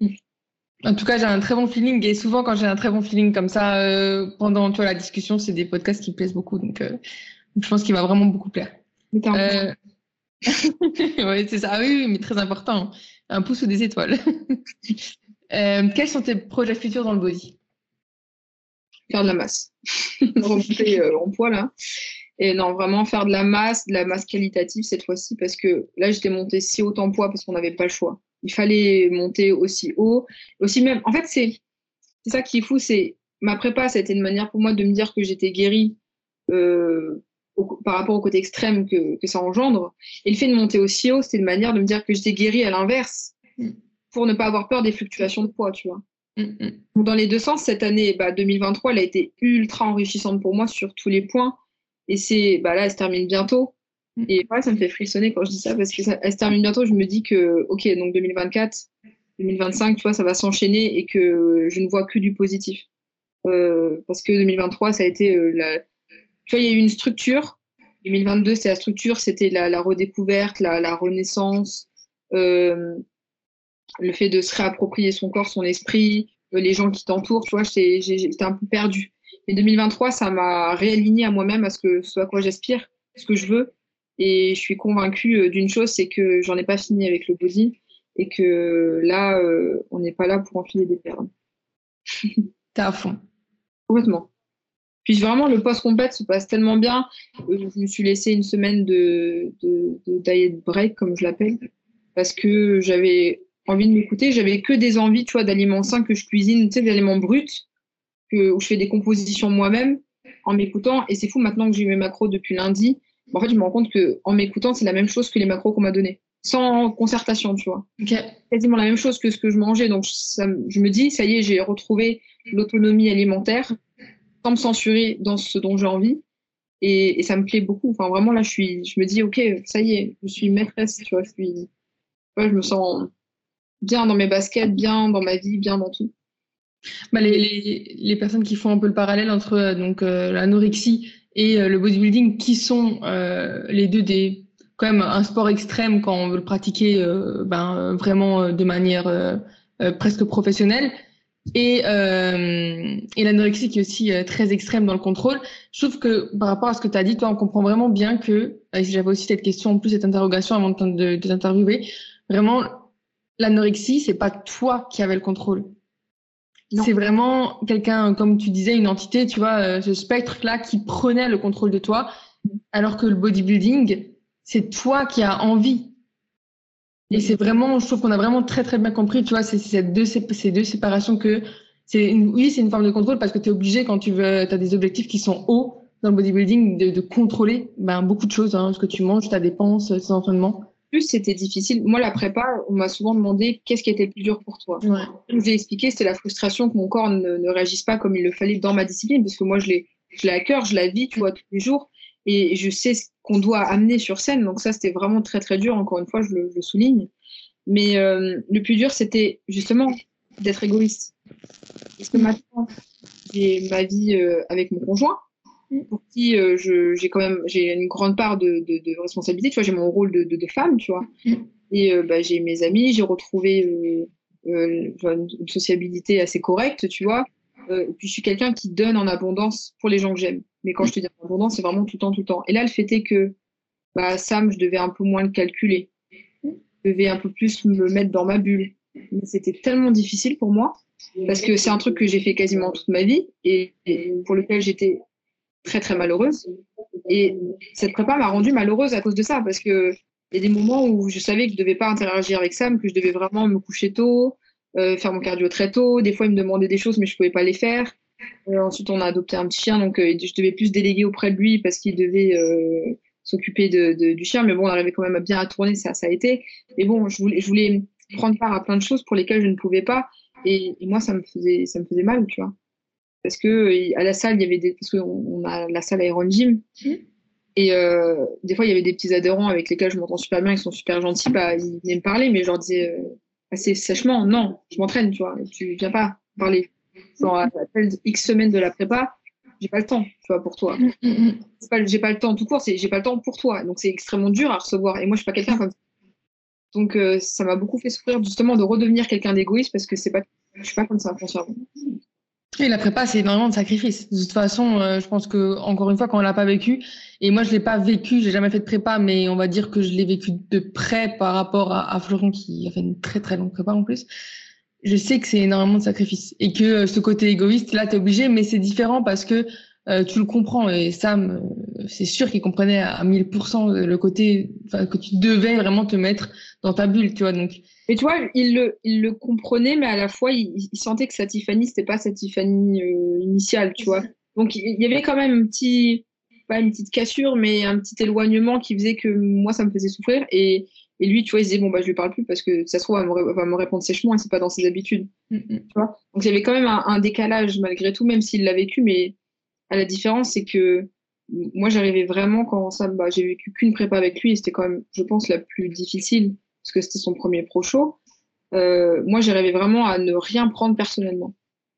Speaker 1: En tout cas, j'ai un très bon feeling et souvent quand j'ai un très bon feeling comme ça, euh, pendant tu vois, la discussion, c'est des podcasts qui plaisent beaucoup. Donc, euh, donc je pense qu'il va vraiment beaucoup plaire.
Speaker 2: Mais t'as un pouce.
Speaker 1: Euh... ouais, c'est ça. Ah oui, oui, mais très important. Un pouce ou des étoiles. Euh, quels sont tes projets futurs dans le body?
Speaker 2: Faire de la masse. Remonter euh, en poids là. Et non, vraiment faire de la masse, de la masse qualitative cette fois-ci, parce que là, j'étais montée si haut en poids parce qu'on n'avait pas le choix. Il fallait monter aussi haut. Aussi même, en fait, c'est c'est ça qui est fou, c'est ma prépa, ça a été une manière pour moi de me dire que j'étais guérie euh, au- par rapport au côté extrême que, que ça engendre. Et le fait de monter aussi haut, c'était une manière de me dire que j'étais guérie à l'inverse, pour ne pas avoir peur des fluctuations de poids, tu vois.
Speaker 1: Mm, mm.
Speaker 2: Donc, dans les deux sens, cette année bah, deux mille vingt-trois, elle a été ultra enrichissante pour moi sur tous les points. Et c'est, bah là, elle se termine bientôt. Et ouais, ça me fait frissonner quand je dis ça parce que ça, elle se termine bientôt. Je me dis que, ok, donc deux mille vingt-quatre, deux mille vingt-cinq, tu vois, ça va s'enchaîner et que je ne vois que du positif. Euh, parce que deux mille vingt-trois, ça a été euh, la... Tu vois, il y a eu une structure. deux mille vingt-deux, c'était la structure, c'était la, la redécouverte, la, la renaissance, euh, le fait de se réapproprier son corps, son esprit, euh, les gens qui t'entourent, tu vois, j'étais j'ai- j'étais un peu perdue. Mais deux mille vingt-trois, ça m'a réaligné à moi-même, à ce que, ce à quoi j'aspire, ce que je veux. Et je suis convaincue euh, d'une chose, c'est que j'en ai pas fini avec le body et que là, euh, on n'est pas là pour enfiler des perles.
Speaker 1: T'es à fond.
Speaker 2: Complètement. Puis vraiment, le post-compète se passe tellement bien. Euh, je me suis laissé une semaine de, de, de diet break, comme je l'appelle, parce que j'avais envie de m'écouter. J'avais que des envies, tu vois, d'aliments sains que je cuisine, tu sais, d'aliments bruts, que, où je fais des compositions moi-même en m'écoutant. Et c'est fou, maintenant que j'ai eu mes macros depuis lundi, en fait, je me rends compte que en m'écoutant, c'est la même chose que les macros qu'on m'a donnés, sans concertation, tu vois.
Speaker 1: Okay.
Speaker 2: Quasiment la même chose que ce que je mangeais. Donc, ça, je me dis, ça y est, j'ai retrouvé l'autonomie alimentaire sans me censurer dans ce dont j'ai envie. Et, et ça me plaît beaucoup. Enfin, vraiment, là, je, suis, je me dis, OK, ça y est, je suis maîtresse, tu vois. Je, suis, ouais, je me sens bien dans mes baskets, bien dans ma vie, bien dans tout.
Speaker 1: Bah, les, les, les personnes qui font un peu le parallèle entre euh, donc, euh, l'anorexie et euh, le bodybuilding, qui sont euh, les deux des, quand même un sport extrême quand on veut le pratiquer euh, ben, vraiment euh, de manière euh, euh, presque professionnelle. Et, euh, et l'anorexie qui est aussi euh, très extrême dans le contrôle. Je trouve que par rapport à ce que tu as dit, toi, on comprend vraiment bien que, et j'avais aussi cette question, en plus cette interrogation avant de, de, de t'interviewer, vraiment, l'anorexie, c'est pas toi qui avais le contrôle.
Speaker 2: Non.
Speaker 1: C'est vraiment quelqu'un, comme tu disais, une entité, tu vois, euh, ce spectre-là qui prenait le contrôle de toi, alors que le bodybuilding, c'est toi qui as envie. Et c'est vraiment, je trouve qu'on a vraiment très très bien compris, tu vois, c'est ces deux, ces deux séparations que c'est une, oui, c'est une forme de contrôle parce que tu es obligé quand tu veux, tu as des objectifs qui sont hauts dans le bodybuilding de, de contrôler ben, beaucoup de choses, hein, ce que tu manges, ta dépense, tes entraînements.
Speaker 2: Plus c'était difficile. Moi, la prépa, on m'a souvent demandé qu'est-ce qui était le plus dur pour toi.
Speaker 1: Ouais.
Speaker 2: Comme j'ai expliqué, c'était la frustration que mon corps ne, ne réagisse pas comme il le fallait dans ma discipline, parce que moi, je l'ai, je l'ai à cœur, je la vis, tu vois, tous les jours, et je sais ce qu'on doit amener sur scène. Donc ça, c'était vraiment très très dur. Encore une fois, je le, je le souligne. Mais euh, le plus dur, c'était justement d'être égoïste. Parce que maintenant, j'ai ma vie euh, avec mon conjoint, pour qui euh, je, j'ai quand même j'ai une grande part de, de, de responsabilité. Tu vois, j'ai mon rôle de, de, de femme, tu vois. Et euh, bah, j'ai mes amis, j'ai retrouvé euh, euh, une, une sociabilité assez correcte, tu vois. Euh, et puis je suis quelqu'un qui donne en abondance pour les gens que j'aime. Mais quand je te dis en abondance, c'est vraiment tout le temps, tout le temps. Et là, le fait est que bah, Sam, je devais un peu moins le calculer. Je devais un peu plus me mettre dans ma bulle. Mais c'était tellement difficile pour moi, parce que c'est un truc que j'ai fait quasiment toute ma vie et, et pour lequel j'étais très, très malheureuse. Et cette prépa m'a rendue malheureuse à cause de ça, parce que il y a des moments où je savais que je devais pas interagir avec Sam, que je devais vraiment me coucher tôt, euh, faire mon cardio très tôt. Des fois, il me demandait des choses, mais je pouvais pas les faire. Euh, ensuite, on a adopté un petit chien, donc euh, je devais plus déléguer auprès de lui parce qu'il devait euh, s'occuper de, de, du chien. Mais bon, on arrivait quand même à bien à tourner, ça, ça a été. Mais bon, je voulais, je voulais prendre part à plein de choses pour lesquelles je ne pouvais pas. Et, et moi, ça me faisait, ça me faisait mal, tu vois. Parce que à la salle, il y avait des, parce qu'on on a la salle Iron Gym. Mmh. Et euh, des fois, il y avait des petits adhérents avec lesquels je m'entends super bien, ils sont super gentils, bah, ils venaient me parler, mais je leur disais euh, assez sèchement, non, je m'entraîne, tu vois, tu viens pas parler. Genre, à telle X semaines de la prépa, j'ai pas le temps, tu vois, pour toi. C'est pas, j'ai pas le temps tout court, c'est j'ai pas le temps pour toi. Donc, c'est extrêmement dur à recevoir. Et moi, je suis pas quelqu'un comme ça. Donc, euh, ça m'a beaucoup fait souffrir, justement, de redevenir quelqu'un d'égoïste parce que c'est pas, je suis pas comme ça, foncièrement.
Speaker 1: Et la prépa, c'est énormément de sacrifices. De toute façon, euh, je pense que encore une fois, quand on l'a pas vécu, et moi je l'ai pas vécu, j'ai jamais fait de prépa, mais on va dire que je l'ai vécu de près par rapport à, à Florent qui a fait une très très longue prépa en plus. Je sais que c'est énormément de sacrifices et que euh, ce côté égoïste, là, t'es obligé, mais c'est différent parce que euh, tu le comprends et Sam, euh, c'est sûr qu'il comprenait à mille pour cent le côté, enfin, que tu devais vraiment te mettre dans ta bulle, tu vois. Donc,
Speaker 2: mais tu vois, il le, il le comprenait, mais à la fois, il, il sentait que sa Tiffany, c'était pas sa Tiffany euh, initiale, tu vois. Donc, il y avait quand même un petit, pas une petite cassure, mais un petit éloignement qui faisait que moi, ça me faisait souffrir. Et, et lui, tu vois, il se disait, bon, bah, je lui parle plus parce que ça se trouve, elle me, va me répondre sèchement et c'est pas dans ses habitudes. Mm-hmm. Tu vois. Donc, il y avait quand même un, un décalage malgré tout, même s'il l'a vécu, mais à la différence, c'est que moi, j'arrivais vraiment quand ça, bah, j'ai vécu qu'une prépa avec lui et c'était quand même, je pense, la plus difficile parce que c'était son premier pro show. Euh, moi, j'arrivais vraiment à ne rien prendre personnellement.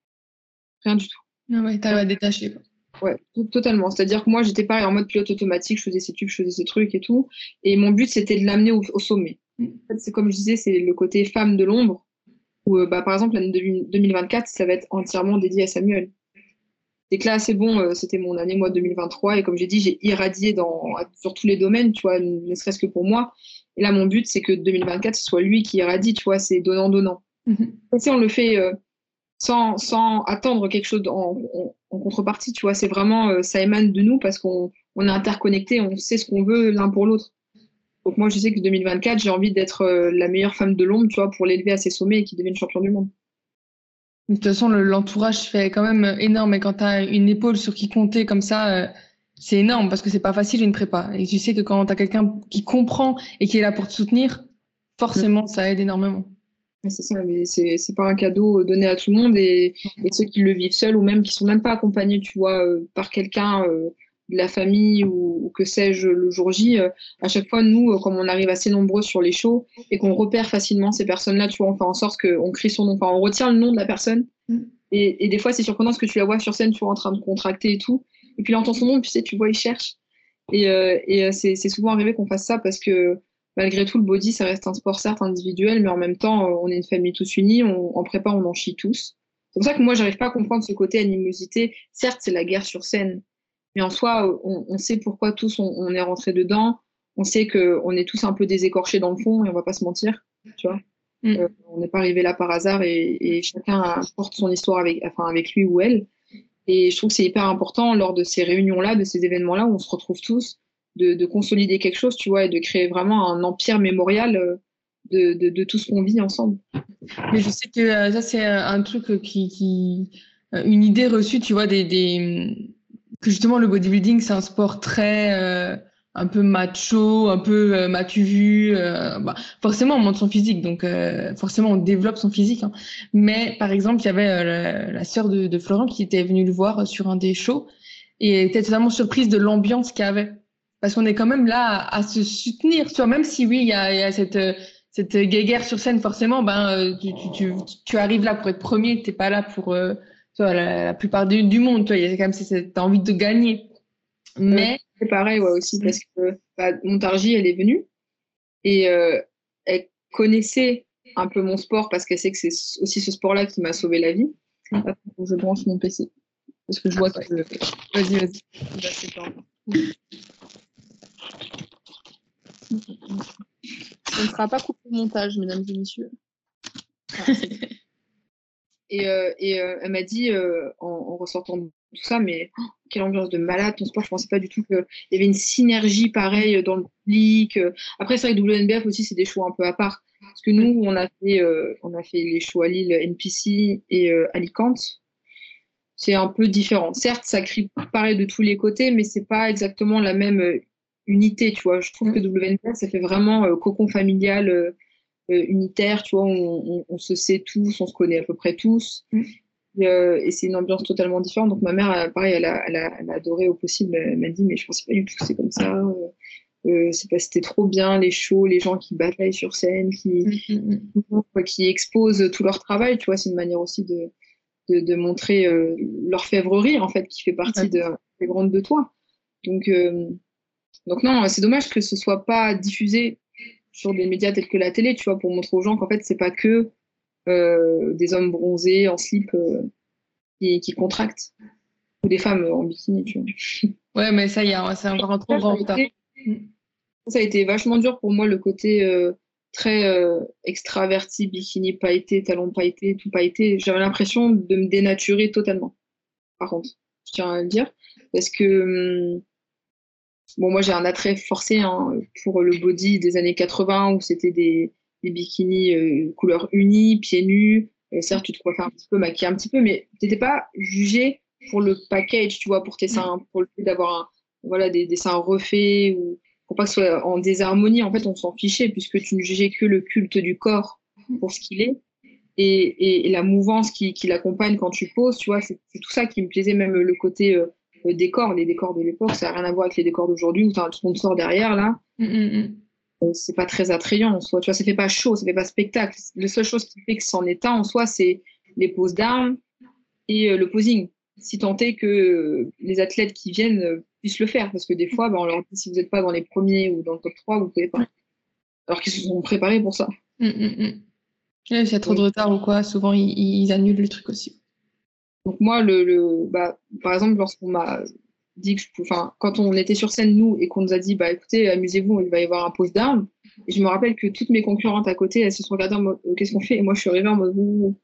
Speaker 2: Rien du tout.
Speaker 1: Ah ouais, t'arrives à détacher, quoi.
Speaker 2: Ouais, tout, totalement. C'est-à-dire que moi, j'étais pareil en mode pilote automatique, je faisais ces tubes, je faisais ces trucs et tout. Et mon but, c'était de l'amener au, au sommet. Mm. En fait, c'est comme je disais, c'est le côté femme de l'ombre, où, euh, bah, par exemple, l'année deux mille vingt-quatre, ça va être entièrement dédié à Samuel. Et que là, c'est bon, euh, c'était mon année, moi, deux mille vingt-trois. Et comme j'ai dit, j'ai irradié dans, sur tous les domaines, tu vois, ne serait-ce que pour moi. Et là, mon but, c'est que deux mille vingt-quatre, ce soit lui qui irradie, tu vois, c'est donnant-donnant. Mm-hmm. Et si on le fait, euh, sans, sans attendre quelque chose en, en, en contrepartie, tu vois. C'est vraiment, euh, ça émane de nous parce qu'on on est interconnectés, on sait ce qu'on veut l'un pour l'autre. Donc moi, je sais que deux mille vingt-quatre, j'ai envie d'être euh, la meilleure femme de l'ombre, tu vois, pour l'élever à ses sommets et qu'il devienne champion du monde.
Speaker 1: De toute façon, le- l'entourage fait quand même énorme. Et quand tu as une épaule sur qui compter comme ça, euh, c'est énorme parce que c'est pas facile une prépa. Et tu sais que quand tu as quelqu'un qui comprend et qui est là pour te soutenir, forcément, ça aide énormément.
Speaker 2: Ouais, c'est ça, mais c'est c'est pas un cadeau donné à tout le monde et, et ceux qui le vivent seuls ou même qui sont même pas accompagnés, tu vois, euh, par quelqu'un euh, de la famille ou, ou que sais-je le jour J, euh, à chaque fois, nous, euh, comme on arrive assez nombreux sur les shows et qu'on repère facilement ces personnes-là, tu vois, on fait en sorte qu'on crie son nom, enfin, on retient le nom de la personne
Speaker 1: Mm.
Speaker 2: et, et des fois, c'est surprenant parce que tu la vois sur scène, tu vois, en train de contracter et tout, et puis il entend son nom, tu sais, tu vois, il cherche. Et, euh, et euh, c'est c'est souvent arrivé qu'on fasse ça parce que malgré tout, le body, ça reste un sport certes individuel, mais en même temps, euh, on est une famille tous unis, on, en prépa, on en chie tous. C'est pour ça que moi, j'arrive pas à comprendre ce côté animosité. Certes, c'est la guerre sur scène, mais en soi, euh, on, on sait pourquoi tous on, on est rentré dedans. On sait que on est tous un peu désécorchés dans le fond et on va pas se mentir, tu vois. Euh,
Speaker 1: Mm.
Speaker 2: on n'est pas arrivé là par hasard et, et chacun a- porte son histoire avec, enfin, avec lui ou elle. Et je trouve que c'est hyper important lors de ces réunions-là, de ces événements-là où on se retrouve tous, de, de consolider quelque chose, tu vois, et de créer vraiment un empire mémorial euh, de, de, de tout ce qu'on vit ensemble.
Speaker 1: Mais je sais que euh, ça, c'est un, un truc euh, qui, qui euh, une idée reçue, tu vois, des, des, que justement le bodybuilding, c'est un sport très, euh, un peu macho, un peu euh, m'as-tu vu, euh, bah, forcément, on monte son physique, donc euh, forcément, on développe son physique. Hein. Mais par exemple, il y avait euh, la, la sœur de, de Florent qui était venue le voir sur un des shows et elle était totalement surprise de l'ambiance qu'il y avait. Parce qu'on est quand même là à, à se soutenir, tu vois, même si oui, il y a, il y a cette euh, cette guéguerre sur scène, forcément, ben, euh, tu, tu, tu, tu arrives là pour être premier, t'es pas là pour euh, tu vois, la, la plupart du, du monde, tu vois, il y a quand même, c'est- t'as envie de gagner.
Speaker 2: Euh,
Speaker 1: Mais,
Speaker 2: c'est pareil, ouais, aussi, parce que bah, Montargis, elle est venue et euh, elle connaissait un peu mon sport parce qu'elle sait que c'est aussi ce sport-là qui m'a sauvé la vie. Attends, faut que je branche mon P C parce que je vois que
Speaker 1: vas-y, vas-y.
Speaker 2: il va s'éteindre. Ce ne sera pas coupé au montage, mesdames et messieurs. Ah, et euh, et euh, elle m'a dit, euh, en, en ressortant de tout ça, mais oh, quelle ambiance de malade, ton sport, je pensais pas du tout qu'il y avait une synergie pareille dans le public. Euh. Après, c'est vrai que W N B F aussi, c'est des shows un peu à part. Parce que nous, on a fait, euh, on a fait les shows à Lille, N P C et euh, Alicante. C'est un peu différent. Certes, ça crie pareil de tous les côtés, mais c'est pas exactement la même euh, unité, tu vois. Je trouve que W N B F, ça fait vraiment euh, cocon familial. Euh, euh, unitaire, tu vois, on, on, on se sait tous, on se connaît à peu près tous.
Speaker 1: Mm.
Speaker 2: Et, euh, et c'est une ambiance totalement différente. Donc ma mère, euh, pareil, elle a, elle a, elle a adoré au possible. Elle m'a dit, mais je pensais pas du tout que c'est comme ça. Euh, euh, c'est pas, c'était trop bien, les shows, les gens qui bataillent sur scène, qui,
Speaker 1: Mm, mm,
Speaker 2: quoi, qui exposent tout leur travail. Tu vois, c'est une manière aussi de, de, de montrer euh, l'orfèvrerie, en fait, qui fait
Speaker 1: mm.
Speaker 2: partie de, des grandes de toi. Donc, euh, donc non, c'est dommage que ce soit pas diffusé sur des médias tels que la télé, tu vois, pour montrer aux gens qu'en fait, c'est pas que euh, des hommes bronzés en slip euh, qui, qui contractent, ou des femmes en bikini, tu vois.
Speaker 1: Ouais, mais ça y est, c'est encore un trop
Speaker 2: Ça, ça
Speaker 1: grand
Speaker 2: a
Speaker 1: retard.
Speaker 2: été, ça a été vachement dur pour moi, le côté euh, très euh, extraverti, bikini pailleté, talons pailletés, tout pailleté. J'avais l'impression de me dénaturer totalement, par contre, je tiens à le dire, parce que hum, bon, moi j'ai un attrait forcé hein, pour le body des années quatre-vingts où c'était des, des bikinis euh, couleur unie, pieds nus. Et certes, tu te coiffais un petit peu, maquillais un petit peu, mais t'étais pas jugé pour le package, tu vois, pour tes seins, pour le fait d'avoir un, voilà, des, des seins refaits ou pour pas que ce soit en désharmonie. En fait, on s'en fichait puisque tu ne jugeais que le culte du corps pour ce qu'il est et, et, et la mouvance qui, qui l'accompagne quand tu poses, tu vois, c'est c'est tout ça qui me plaisait, même le côté euh, euh, décor, les décors de l'époque, ça n'a rien à voir avec les décors d'aujourd'hui où tu as un sponsor derrière, là,
Speaker 1: Mm, mm,
Speaker 2: euh, c'est pas très attrayant en soi, tu vois, ça fait pas show, ça fait pas spectacle. La seule chose qui fait que c'en est un en soi, c'est les poses d'armes et euh, le posing. Si tant est que euh, les athlètes qui viennent euh, puissent le faire, parce que des fois, ben, on leur dit si vous n'êtes pas dans les premiers ou dans le top trois, vous pouvez pas. Alors qu'ils se sont préparés pour ça.
Speaker 1: mm, mm, mm, mm. Ouais, s'il y a trop de
Speaker 2: Donc,
Speaker 1: retard ou quoi, souvent ils, ils annulent le truc aussi.
Speaker 2: Donc moi, le, le, bah, par exemple, lorsqu'on m'a dit que je pouvais, enfin, quand on était sur scène, nous, et qu'on nous a dit, bah écoutez, amusez-vous, il va y avoir un pose d'armes, et je me rappelle que toutes mes concurrentes à côté, elles se sont regardées en mode, euh, qu'est-ce qu'on fait? Et moi, je suis arrivée en mode, ouh,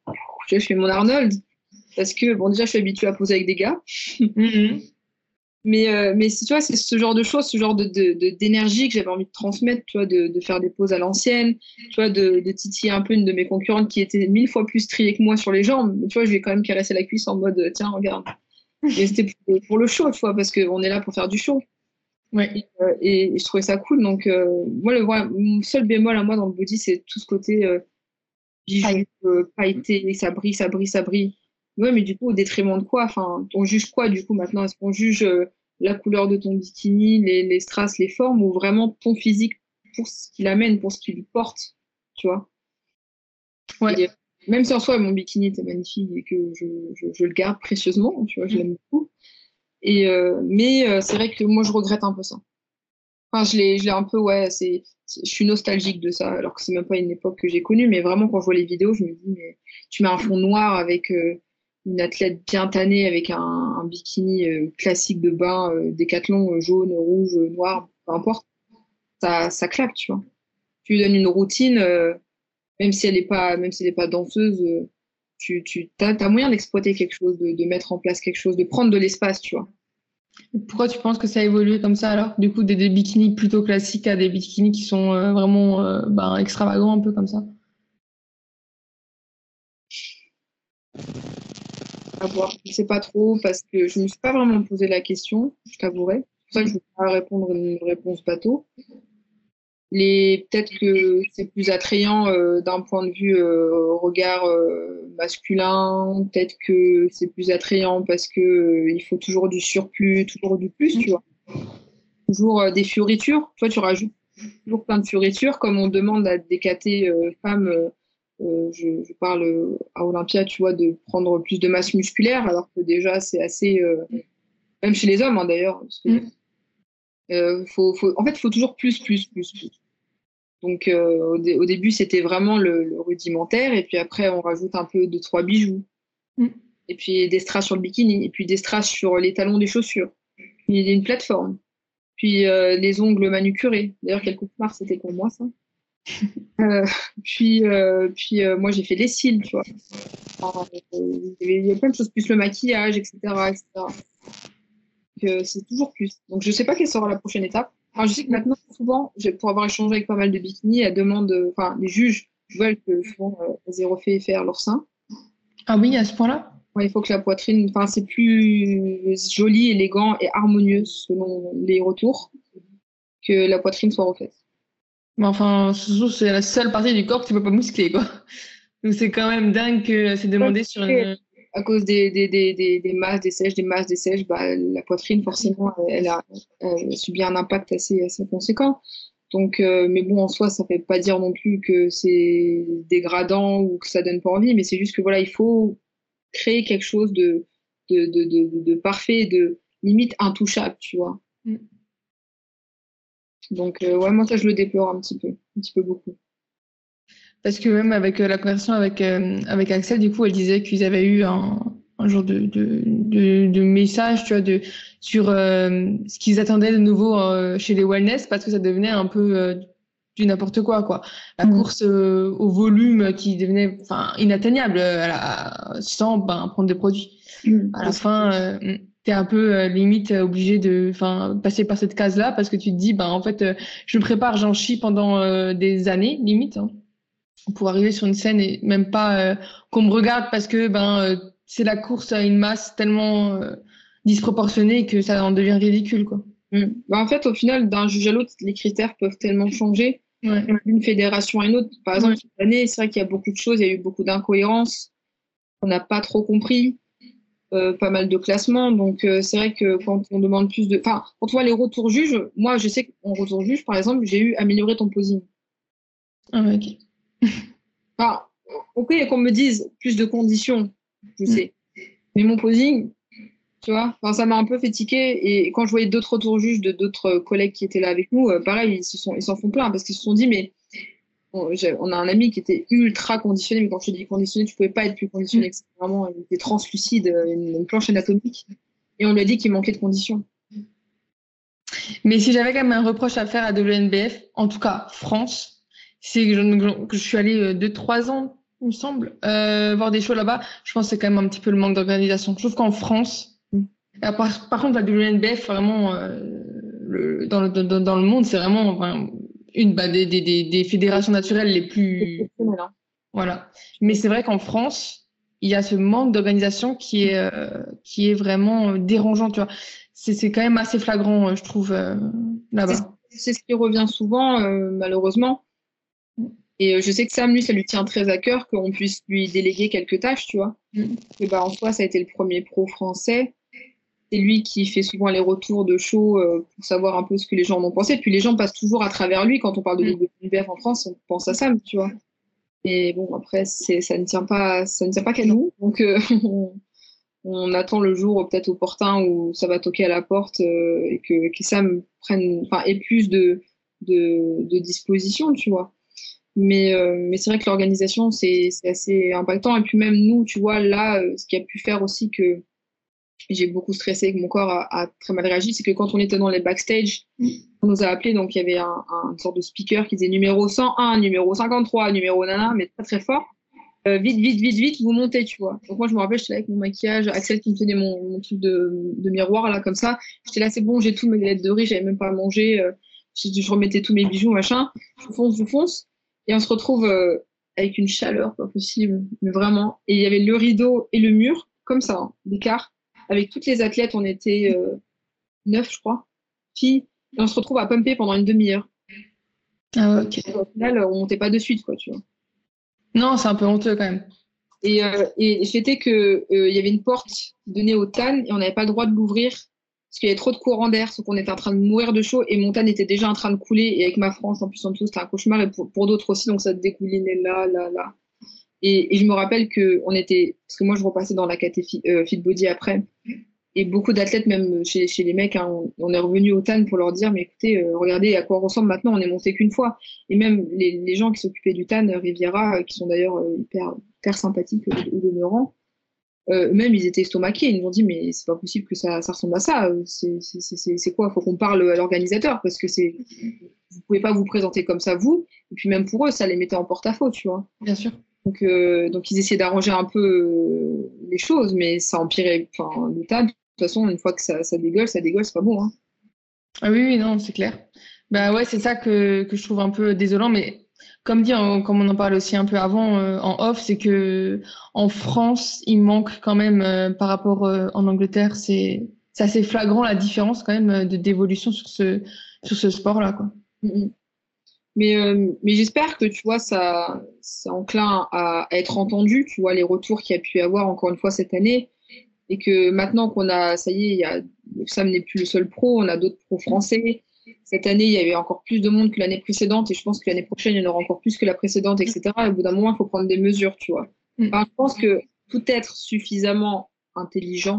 Speaker 2: Tu vois, je fais mon Arnold parce que, bon, déjà, je suis habituée à poser avec des gars.
Speaker 1: Mm-hmm.
Speaker 2: Mais, euh, mais si tu vois, c'est ce genre de choses, ce genre de, de, de- d'énergie que j'avais envie de transmettre, tu vois, de, de faire des poses à l'ancienne, tu vois, de, de titiller un peu une de mes concurrentes qui était mille fois plus striée que moi sur les jambes. Mais tu vois, je lui ai quand même caressé la cuisse en mode, tiens, regarde. Et c'était pour, pour le show, tu vois, parce qu'on est là pour faire du show.
Speaker 1: Ouais.
Speaker 2: Et, euh, et- et je trouvais ça cool. Donc, euh, moi, le vrai, mon seul bémol à moi dans le body, c'est tout ce côté euh, bijoux,
Speaker 1: Aïe.
Speaker 2: euh, pailleté, ça brille, ça brille, ça brille. Ouais, mais du coup, au détriment de quoi? Enfin, on juge quoi, du coup, maintenant? Est-ce qu'on juge euh, la couleur de ton bikini, les, les strass, les formes, ou vraiment ton physique pour ce qu'il amène, pour ce qu'il porte, tu vois?
Speaker 1: Ouais.
Speaker 2: Et même si en soi, mon bikini était magnifique et que je, je, je le garde précieusement, tu vois, je l'aime beaucoup. Et, euh, mais euh, c'est vrai que moi, je regrette un peu ça. Enfin, je l'ai, je l'ai un peu, ouais, c'est, c'est- je suis nostalgique de ça, alors que c'est même pas une époque que j'ai connue, mais vraiment, quand je vois les vidéos, je me dis, mais tu mets un fond noir avec euh, une athlète bien tannée, avec un, un bikini euh, classique de bain, euh, Décathlon, euh, jaune, rouge, euh, noir, peu importe, ça, ça claque, tu vois. Tu lui donnes une routine, euh, même si elle est pas, même si elle est pas danseuse, euh, tu, tu, t'as, t'as moyen d'exploiter quelque chose, de, de mettre en place quelque chose, de prendre de l'espace, tu vois.
Speaker 1: Pourquoi tu penses que ça a évolué comme ça alors? Du coup, des, des bikinis plutôt classiques à des bikinis qui sont euh, vraiment euh, ben, extravagants, un peu comme ça.
Speaker 2: À voir. Je sais pas trop parce que je me suis pas vraiment posé la question, je t'avouerai. C'est pour ça que je ne peux pas répondre une réponse bateau. Les, peut-être que c'est plus attrayant euh, d'un point de vue euh, regard euh, masculin, peut-être que c'est plus attrayant parce que euh, il faut toujours du surplus, toujours du plus, tu vois. Toujours euh, des fioritures. Toi, tu rajoutes toujours plein de fioritures, comme on demande à des catés euh, femmes, euh, euh, je, je parle euh, à Olympia, tu vois, de prendre plus de masse musculaire, alors que déjà, c'est assez, euh, même chez les hommes, hein, d'ailleurs, parce que,
Speaker 1: Mm.
Speaker 2: euh, faut, faut, en fait, il faut toujours plus, plus, plus, plus. Donc, euh, au, dé- au début, c'était vraiment le, le rudimentaire, et puis après, on rajoute un peu de trois bijoux,
Speaker 1: Mm.
Speaker 2: et puis des strass sur le bikini, et puis des strass sur les talons des chaussures, puis une plateforme, puis euh, les ongles manucurés. D'ailleurs, quel cauchemar c'était pour moi, ça. Euh, puis, euh, puis euh, moi, j'ai fait les cils, tu vois. Enfin, euh, il y avait- il y a plein de choses, plus le maquillage, et cetera, et cetera. Donc, euh, c'est toujours plus. Donc, je sais pas quelle sera la prochaine étape. Enfin, je sais que maintenant, souvent, j'ai- pour avoir échangé avec pas mal de bikinis, elles demandent, euh, enfin, les juges veulent que souvent euh, elles aient refait faire leur sein.
Speaker 1: Ah oui, à ce point-là?
Speaker 2: Ouais, il faut que la poitrine, enfin, c'est plus joli, élégant et harmonieux selon les retours que la poitrine soit refaite.
Speaker 1: Mais enfin, surtout, c'est la seule partie du corps que tu peux pas muscler, quoi. Donc c'est quand même dingue que c'est demandé sur
Speaker 2: Et
Speaker 1: une...
Speaker 2: à cause des, des, des, des, des masses, des sèches, des masses, des sèches, bah, la poitrine, forcément, elle a, elle a subi un impact assez, assez conséquent. Donc, euh, mais bon, en soi, ça fait pas dire non plus que c'est dégradant ou que ça donne pas envie, mais c'est juste que voilà, il faut créer quelque chose de, de, de, de, de parfait, de limite intouchable, tu vois.
Speaker 1: Mm.
Speaker 2: Donc, euh, ouais, moi, ça, je le déplore un petit peu, un petit peu beaucoup.
Speaker 1: Parce que même avec euh, la conversation avec, euh, avec Axel, du coup, elle disait qu'ils avaient eu un, un genre de, de, de, de message, tu vois, de, sur euh, ce qu'ils attendaient de nouveau euh, chez les wellness, parce que ça devenait un peu euh, du n'importe quoi, quoi. La
Speaker 2: Mm.
Speaker 1: course euh, au volume qui devenait enfin, inatteignable euh, à la- sans ben, prendre des produits.
Speaker 2: Mm.
Speaker 1: À la fin, euh, t'es un peu euh, limite euh, obligé de enfin, passer par cette case-là parce que tu te dis, ben, en fait, euh, je me prépare, j'en chie pendant euh, des années, limite. Hein, pour arriver sur une scène et même pas euh, qu'on me regarde parce que ben euh, c'est la course à une masse tellement euh, disproportionnée que ça en devient ridicule quoi.
Speaker 2: Mm. Bah, en fait, au final, d'un juge à l'autre, les critères peuvent tellement changer
Speaker 1: Ouais.
Speaker 2: d'une fédération à une autre. Par
Speaker 1: Ouais.
Speaker 2: exemple, cette année, c'est vrai qu'il y a beaucoup de choses, il y a eu beaucoup d'incohérences, on n'a pas trop compris, euh, pas mal de classements. Donc, euh, c'est vrai que quand on demande plus de. Enfin, quand on voit les retours juges, moi, je sais qu'en retour juge, par exemple, j'ai eu améliorer ton posing.
Speaker 1: Ah, ouais, ok.
Speaker 2: Enfin, ok, qu'on me dise plus de conditions, je
Speaker 1: Mm.
Speaker 2: sais. Mais mon posing, tu vois, enfin, ça m'a un peu fait tiquer. Et quand je voyais d'autres retours juges de d'autres collègues qui étaient là avec nous, euh, pareil, ils se sont, ils s'en font plein parce qu'ils se sont dit, mais on, j'ai- on a un ami qui était ultra conditionné, mais quand je te dis conditionné, tu pouvais pas être plus conditionné que ça. Vraiment, il était translucide, euh, une, une planche anatomique. Et on lui a dit qu'il manquait de conditions.
Speaker 1: Mais si j'avais quand même un reproche à faire à W N B F, en tout cas France, c'est que je, que je suis allée euh, deux trois ans il me semble. Euh, voir des shows là-bas, je pense que c'est quand même un petit peu le manque d'organisation. Je trouve qu'en France, à part, par contre, la W N B F, vraiment, euh, le, dans, le, dans, dans le monde, c'est vraiment enfin, une bah, des, des, des, des fédérations naturelles les plus.
Speaker 2: Exceptionnel, hein.
Speaker 1: Voilà. Mais c'est vrai qu'en France, il y a ce manque d'organisation qui est, euh, qui est vraiment euh, dérangeant, tu vois. C'est, c'est quand même assez flagrant, euh, je trouve, euh,
Speaker 2: C'est
Speaker 1: là-bas.
Speaker 2: c'est ce qui revient souvent, euh, malheureusement. Et euh, je sais que Sam, lui, ça lui tient très à cœur qu'on puisse lui déléguer quelques tâches, tu vois.
Speaker 1: Mm.
Speaker 2: Et bah, en soi, ça a été le premier pro français. C'est lui qui fait souvent les retours de show euh, pour savoir un peu ce que les gens en ont pensé. Puis les gens passent toujours à travers lui. Quand on parle de
Speaker 1: Mm.
Speaker 2: W N B F en France, on pense à Sam, tu vois. Et bon, après, c'est, ça ne tient pas, ça ne tient pas qu'à nous. Donc, euh, on, on attend le jour peut-être opportun où ça va toquer à la porte euh, et que, que Sam prenne, enfin, ait plus de, de, de dispositions, tu vois. Mais, euh, mais c'est vrai que l'organisation, c'est, c'est assez impactant. Et puis même nous, tu vois, là, euh, ce qui a pu faire aussi que j'ai beaucoup stressé et que mon corps a, a très mal réagi, c'est que quand on était dans les backstage, on nous a appelés, donc il y avait un, un une sorte de speaker qui disait numéro cent un, numéro cinquante-trois, numéro nana, mais très très fort. Euh, vite, vite, vite, vite, vous montez, tu vois. Donc moi, je me rappelle, j'étais là avec mon maquillage, Axel qui me tenait mon, mon truc de, de miroir, là, comme ça. J'étais là, c'est bon, j'ai tout, mes galettes de riz, j'avais même pas mangé. Euh, je, je remettais tous mes bijoux, machin. Je fonce, je fonce. Et on se retrouve euh, avec une chaleur pas possible, mais vraiment. Et il y avait le rideau et le mur, comme ça, hein, d'écart. Avec toutes les athlètes, on était euh, neuf, je crois, filles. Et on se retrouve à pumper pendant une demi-heure.
Speaker 1: Ah ouais, ok.
Speaker 2: Au final, on montait pas de suite, quoi, tu vois.
Speaker 1: Non, c'est un peu honteux quand même.
Speaker 2: Et, euh, et c'était que euh, il y avait une porte qui donnait au T A N et on n'avait pas le droit de l'ouvrir parce qu'il y avait trop de courant d'air, sauf qu'on était en train de mourir de chaud et mon T A N était déjà en train de couler et avec ma frange en plus en dessous, c'était un cauchemar et pour, pour d'autres aussi, donc ça dégoulinait là, là, là. Et, et je me rappelle que on était, parce que moi je repassais dans la catégorie euh, fit body après, et beaucoup d'athlètes, même chez, chez les mecs, hein, on, on est revenu au T A N pour leur dire, mais écoutez, euh, regardez à quoi on ressemble maintenant, on est monté qu'une fois. Et même les, les gens qui s'occupaient du T A N, Riviera, euh, qui sont d'ailleurs euh, hyper, hyper sympathiques euh, au demeurant, euh, même ils étaient estomaqués, ils nous ont dit, mais c'est pas possible que ça, ça ressemble à ça, c'est, c'est, c'est, c'est quoi? Faut qu'on parle à l'organisateur, parce que c'est, vous pouvez pas vous présenter comme ça, vous. Et puis même pour eux, ça les mettait en porte-à-faux, tu vois.
Speaker 1: Bien sûr.
Speaker 2: Donc, euh, donc ils essayaient d'arranger un peu euh, les choses, mais ça empirait enfin, le T A N. De toute façon, une fois que ça, ça dégueule, ça dégueule, c'est pas bon. Hein.
Speaker 1: Ah oui, oui, non, c'est clair. Bah ouais, c'est ça que, que je trouve un peu désolant, mais comme dit, hein, comme on en parlait aussi un peu avant euh, en off, c'est que en France, il manque quand même euh, par rapport euh, en Angleterre, c'est c'est assez flagrant la différence quand même euh, de d'évolution sur ce sur ce sport-là, quoi.
Speaker 2: Mm-hmm. Mais, euh, mais j'espère que tu vois, ça, c'est enclin à, à être entendu, tu vois, les retours qu'il y a pu y avoir encore une fois cette année, et que maintenant qu'on a, ça y est, il y a, Sam n'est plus le seul pro, on a d'autres pros français. Cette année, il y avait encore plus de monde que l'année précédente, et je pense que l'année prochaine, il y en aura encore plus que la précédente, et cetera. Et au bout d'un moment, il faut prendre des mesures, tu vois. Enfin, je pense que tout être suffisamment intelligent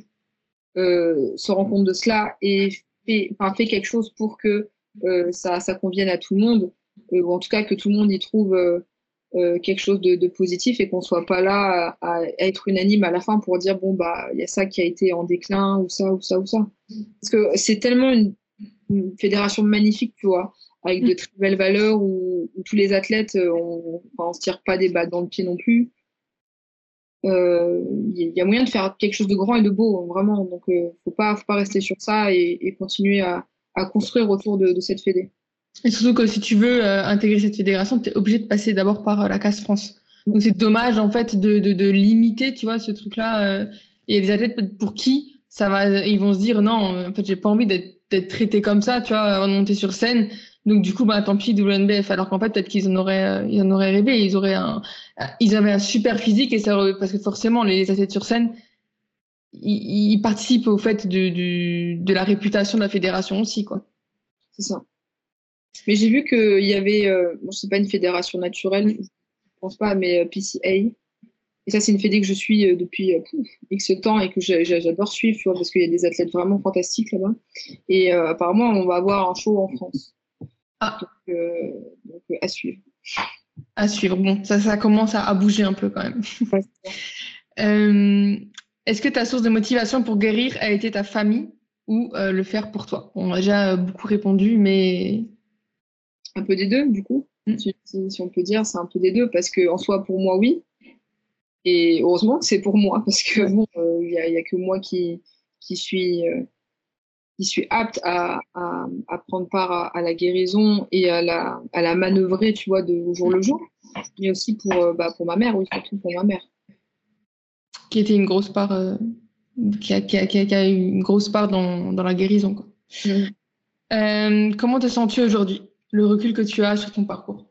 Speaker 2: euh, se rend compte de cela et fait, enfin, fait quelque chose pour que euh, ça, ça convienne à tout le monde, euh, ou en tout cas que tout le monde y trouve euh, euh, quelque chose de, de positif et qu'on soit pas là à, à être unanime à la fin pour dire bon bah il y a ça qui a été en déclin ou ça ou ça ou ça. Parce que c'est tellement une, une fédération magnifique, tu vois, avec de très belles valeurs où, où tous les athlètes, euh, on, enfin, on se tire pas des balles dans le pied non plus. Il euh, y, y a moyen de faire quelque chose de grand et de beau, vraiment. Donc, euh, faut pas, faut pas rester sur ça et, et continuer à, à construire autour de, de cette fédé.
Speaker 1: Et surtout que si tu veux euh, intégrer cette fédération, tu es obligé de passer d'abord par euh, la C A S France. Donc c'est dommage en fait de, de, de limiter, tu vois, ce truc-là. Euh, et il y a des athlètes pour qui ça va, ils vont se dire non, en fait j'ai pas envie d'être d'être traité comme ça, tu vois, avant de monter sur scène. Donc du coup bah tant pis W N B F. Alors qu'en fait peut-être qu'ils en auraient, euh, ils en auraient rêvé, ils auraient un, ils avaient un super physique et ça aurait- parce que forcément les athlètes sur scène, ils, ils participent au fait de, du, de la réputation de la fédération aussi quoi.
Speaker 2: C'est ça. Mais j'ai vu qu'il y avait, euh, bon, c'est pas une fédération naturelle, je pense pas, mais euh, P C A. Et ça, c'est une fédé que je suis euh, depuis euh, pouf, X temps et que j'ai- j'ai- j'adore suivre, tu vois, parce qu'il y a des athlètes vraiment fantastiques là-bas. Et euh, apparemment, on va avoir un show en France.
Speaker 1: Ah,
Speaker 2: Donc, euh, donc, euh, à suivre.
Speaker 1: à suivre. Bon, ça, ça commence à, à bouger un peu quand même.
Speaker 2: Ouais, c'est ça.
Speaker 1: Euh, est-ce que ta source de motivation pour guérir a été ta famille ou euh, le faire pour toi? On a déjà euh, beaucoup répondu, mais
Speaker 2: Un peu des deux, du coup. si, si, si on peut dire, c'est un peu des deux, parce que en soi, pour moi, oui. Et heureusement que c'est pour moi, parce que bon, il euh, n'y a, y a que moi qui, qui suis, euh, qui suis apte à, à, à prendre part à, à, la guérison et à la, à la manœuvrer, tu vois, de jour le jour. Mais aussi pour, euh, bah, pour ma mère, oui, surtout pour ma mère.
Speaker 1: Qui était une grosse part, euh, qui, a, qui, a, qui, a, qui a eu une grosse part dans, dans la guérison, quoi.
Speaker 2: Mmh.
Speaker 1: Euh, comment te sens-tu aujourd'hui? Le recul que tu as sur ton parcours?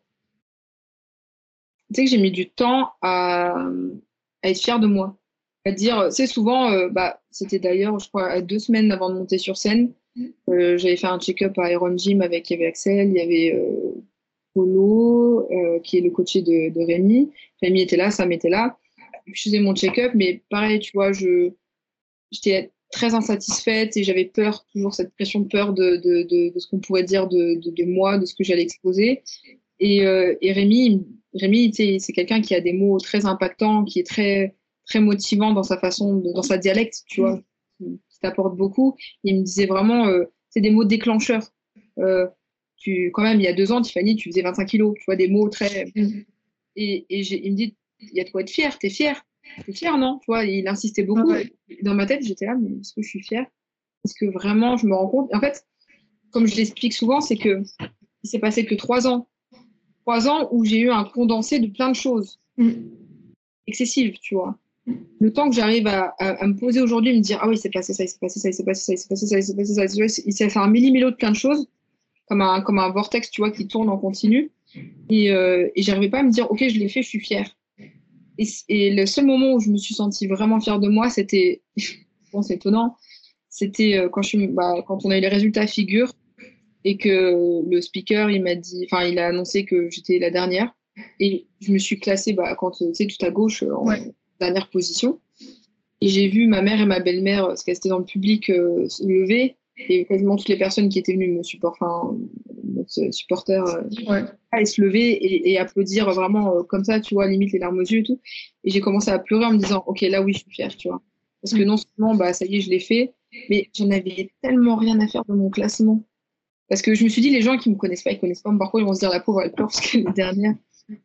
Speaker 2: Tu sais que j'ai mis du temps à, à être fière de moi. À dire, c'est souvent, euh, bah, c'était d'ailleurs, je crois, à deux semaines avant de monter sur scène, euh, j'avais fait un check-up à Iron Gym avec, il y avait Axel, il y avait euh, Polo, euh, qui est le coaché de, de Rémi. Rémi était là, Sam était là. Je faisais mon check-up, mais pareil, tu vois, je, j'étais très insatisfaite et j'avais peur, toujours cette pression de peur de, de, de, de ce qu'on pourrait dire de, de, de moi, de ce que j'allais exposer. Et, euh, et Rémi, Rémi c'est quelqu'un qui a des mots très impactants, qui est très, très motivant dans sa façon, de, dans sa dialecte, tu vois, qui, qui t'apporte beaucoup. Il me disait vraiment, euh, c'est des mots déclencheurs. Euh, tu, quand même, il y a deux ans, Tiffany, tu faisais vingt-cinq kilos, tu vois, des mots très. Et, et il me dit, il y a de quoi être fier, t'es fier. T'es fier, non? Tu vois, il insistait beaucoup. Ouais. Dans ma tête, j'étais là, mais est-ce que je suis fière? Est-ce que vraiment je me rends compte? En fait, comme je l'explique souvent, c'est que il s'est passé que trois ans. Trois ans où j'ai eu un condensé de plein de choses mm. excessives, tu vois. Le temps que j'arrive à, à, à me poser aujourd'hui, me dire, ah oui, il s'est passé ça, il s'est passé ça, il s'est passé ça, il s'est passé ça, il s'est passé ça, il s'est fait un millimélo de plein de choses, comme un, comme un vortex, tu vois, qui tourne en continu. Et, euh, et j'arrivais pas à me dire, ok, je l'ai fait, je suis fière. Et, et le seul moment où je me suis sentie vraiment fière de moi, c'était, bon, c'est étonnant, c'était euh, quand, je, bah, quand on a eu les résultats figure et que le speaker, il m'a dit, enfin, il a annoncé que j'étais la dernière. Et je me suis classée, bah, quand tu sais, tout à gauche, en ouais. dernière position. Et j'ai vu ma mère et ma belle-mère, parce qu'elles étaient dans le public, euh, se lever. Et quasiment toutes les personnes qui étaient venues me supporter, enfin, notre supporter, euh, ouais. et se lever et, et applaudir vraiment euh, comme ça, tu vois, limite les larmes aux yeux et tout. Et j'ai commencé à pleurer en me disant, ok, là oui, je suis fière, tu vois. Parce que non seulement, bah, ça y est, je l'ai fait, mais j'en avais tellement rien à faire de mon classement. Parce que je me suis dit, les gens qui me connaissent pas, ils connaissent pas mon parcours, ils vont se dire, la pauvre, elle pleure parce qu'elle est dernière.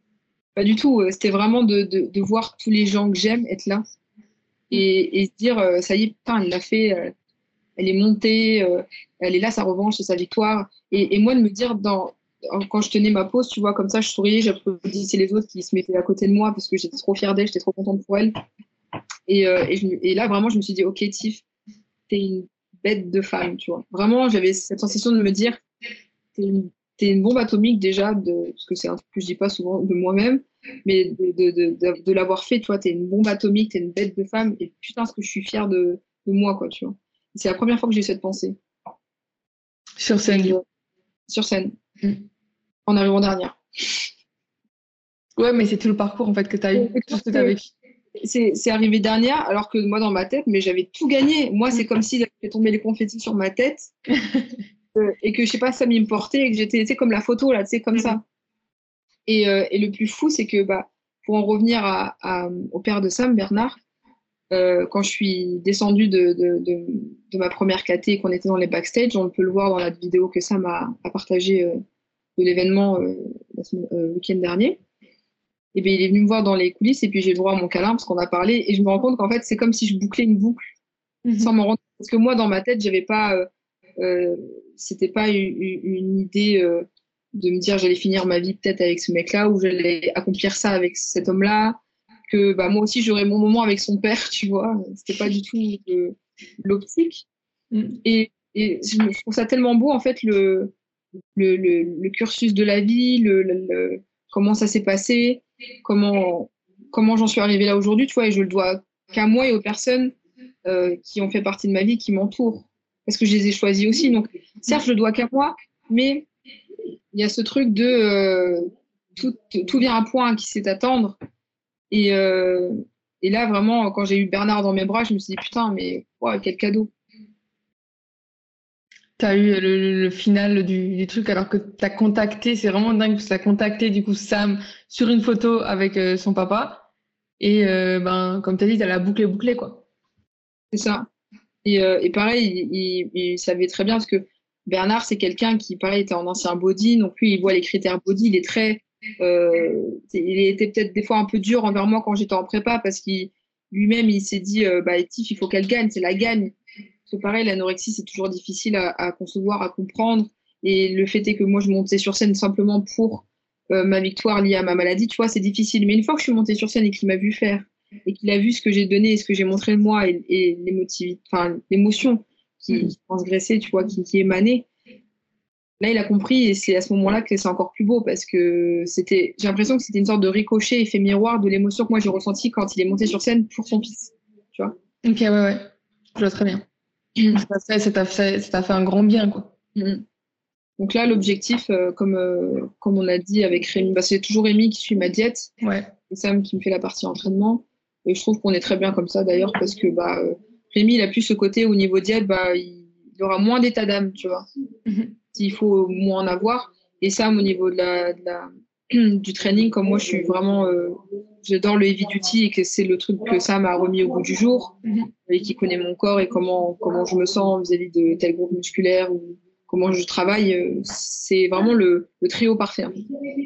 Speaker 2: Pas du tout. C'était vraiment de, de, de voir tous les gens que j'aime être là. Et, et se dire, euh, ça y est, putain, elle l'a fait, euh, elle est montée, euh, elle est là, sa revanche, c'est sa victoire. Et, et moi, de me dire, dans, quand je tenais ma pause, tu vois, comme ça, je souriais, j'applaudissais les autres qui se mettaient à côté de moi parce que j'étais trop fière d'elle, j'étais trop contente pour elle. Et, euh, et, je, et là, vraiment, je me suis dit, ok, Tiff, t'es une bête de femme, tu vois. Vraiment, j'avais cette sensation de me dire, t'es une, t'es une bombe atomique déjà, de, parce que c'est un truc que je dis pas souvent de moi-même, mais de, de, de, de, de l'avoir fait, tu vois, t'es une bombe atomique, t'es une bête de femme, et putain, ce que je suis fière de, de moi, quoi, tu vois. C'est la première fois que j'ai eu cette pensée.
Speaker 1: Sur scène.
Speaker 2: Et, euh, sur scène. Mm. En arrivant dernière.
Speaker 1: Ouais, mais c'est tout le parcours, en fait, que t'as eu, tout ce que t'as vécu.
Speaker 2: C'est arrivé dernière, alors que moi, dans ma tête, mais j'avais tout gagné. Moi, c'est comme si j'avais tombé les confettis sur ma tête euh, et que, je sais pas, ça m'y me portait et que j'étais, tu sais, comme la photo, là, tu sais, comme mmh. ça. Et, euh, et le plus fou, c'est que, bah, pour en revenir à, à, au père de Sam, Bernard, euh, quand je suis descendue de, de, de, de ma première K T et qu'on était dans les backstage, on peut le voir dans la vidéo que Sam a, a partagée euh, de l'événement euh, le euh, week-end dernier. Et bien, il est venu me voir dans les coulisses et puis j'ai le droit à mon câlin parce qu'on a parlé et je me rends compte qu'en fait, c'est comme si je bouclais une boucle mm-hmm. sans m'en rendre compte. Parce que moi, dans ma tête, j'avais pas, euh, euh, c'était pas une, une idée euh, de me dire j'allais finir ma vie peut-être avec ce mec-là ou j'allais accomplir ça avec cet homme-là, que bah, moi aussi j'aurais mon moment avec son père, tu vois. C'était pas du tout euh, l'optique. Mm. Et, et je, je trouve ça tellement beau, en fait, le, le, le, le cursus de la vie, le, le, le comment ça s'est passé, comment, comment j'en suis arrivée là aujourd'hui, tu vois, et je le dois qu'à moi et aux personnes euh, qui ont fait partie de ma vie, qui m'entourent, parce que je les ai choisis aussi. Donc, certes, je le dois qu'à moi, mais il y a ce truc de euh, tout, tout vient à point qui sait attendre. Et, euh, et là, vraiment, quand j'ai eu Bernard dans mes bras, je me suis dit, putain, mais wow, quel cadeau.
Speaker 1: Tu as eu le, le final du, du truc alors que tu as contacté, c'est vraiment dingue, parce que tu as contacté du coup Sam sur une photo avec euh, son papa. Et euh, ben, comme tu as dit, tu as la boucle bouclée, quoi.
Speaker 2: C'est ça. Et, euh, et pareil, il, il, il savait très bien parce que Bernard, c'est quelqu'un qui, pareil, était en ancien body, donc lui, il voit les critères body, il est très, euh, il était peut-être des fois un peu dur envers moi quand j'étais en prépa parce qu'il lui-même, il s'est dit, euh, bah, Tif, il faut qu'elle gagne, c'est la gagne. C'est pareil, l'anorexie, c'est toujours difficile à, à concevoir, à comprendre. Et le fait est que moi, je montais sur scène simplement pour euh, ma victoire liée à ma maladie, tu vois, c'est difficile. Mais une fois que je suis montée sur scène et qu'il m'a vu faire, et qu'il a vu ce que j'ai donné et ce que j'ai montré de moi et, et l'émotivité, enfin, l'émotion qui, qui transgressait, tu vois, qui, qui émanait, là, il a compris et c'est à ce moment-là que c'est encore plus beau parce que c'était, j'ai l'impression que c'était une sorte de ricochet, effet miroir de l'émotion que moi j'ai ressenti quand il est monté sur scène pour son fils, tu vois.
Speaker 1: Ok, ouais, ouais. Je vois très bien. Ça, fait- ça t'a fait, ça t'a fait un grand bien, quoi.
Speaker 2: Mhm. Donc là, l'objectif, euh, comme, euh, comme on a dit avec Rémi, bah, c'est toujours Rémi qui suit ma diète
Speaker 1: Ouais.
Speaker 2: et Sam qui me fait la partie entraînement. Et je trouve qu'on est très bien comme ça d'ailleurs parce que bah, euh, Rémi, il a plus ce côté au niveau diète, bah, il, il aura moins d'état d'âme, tu vois.
Speaker 1: Mhm.
Speaker 2: S'il faut moins en avoir. Et Sam, au niveau de la, de la, du training, comme moi, je suis vraiment, euh, j'adore le heavy duty et que c'est le truc que Sam a remis au goût du jour
Speaker 1: Mhm.
Speaker 2: et qui connaît mon corps et comment, comment je me sens vis-à-vis de tel groupe musculaire ou comment je travaille, euh, c'est vraiment le, le trio parfait. Hein.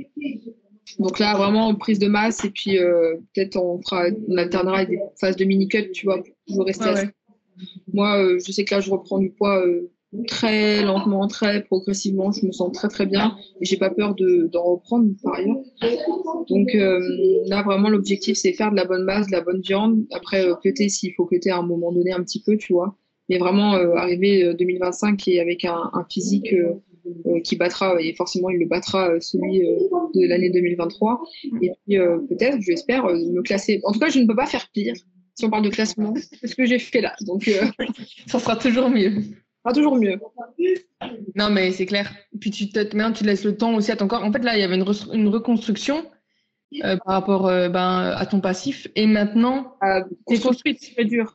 Speaker 2: Donc là, vraiment, prise de masse et puis euh, peut-être on, fera, on alternera avec des phases de mini-cut, tu vois, pour toujours rester
Speaker 1: Ouais,
Speaker 2: à ça.
Speaker 1: ouais.
Speaker 2: Moi, euh, je sais que là, je reprends du poids euh, très lentement, très progressivement. Je me sens très, très bien et j'ai pas peur de, d'en reprendre par ailleurs. Donc euh, là, vraiment, l'objectif, c'est faire de la bonne masse, de la bonne viande. Après, euh, cutter s'il faut cutter à un moment donné un petit peu, tu vois. Mais vraiment, euh, arriver euh, deux mille vingt-cinq et avec un, un physique euh, euh, qui battra, et forcément, il le battra euh, celui euh, de l'année deux mille vingt-trois. Et puis, euh, peut-être, j'espère, euh, me classer. En tout cas, je ne peux pas faire pire si on parle de classement, c'est ce que j'ai fait là. Donc, euh,
Speaker 1: Ça sera toujours mieux.
Speaker 2: pas toujours mieux.
Speaker 1: Non, mais c'est clair. Puis tu te, maintenant, tu laisses le temps aussi à ton corps. En fait, là, il y avait une, re- une reconstruction euh, par rapport euh, ben, à ton passif. Et maintenant,
Speaker 2: Euh,
Speaker 1: t'es
Speaker 2: construire,
Speaker 1: construite.
Speaker 2: c'est très dur.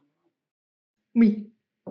Speaker 1: Oui.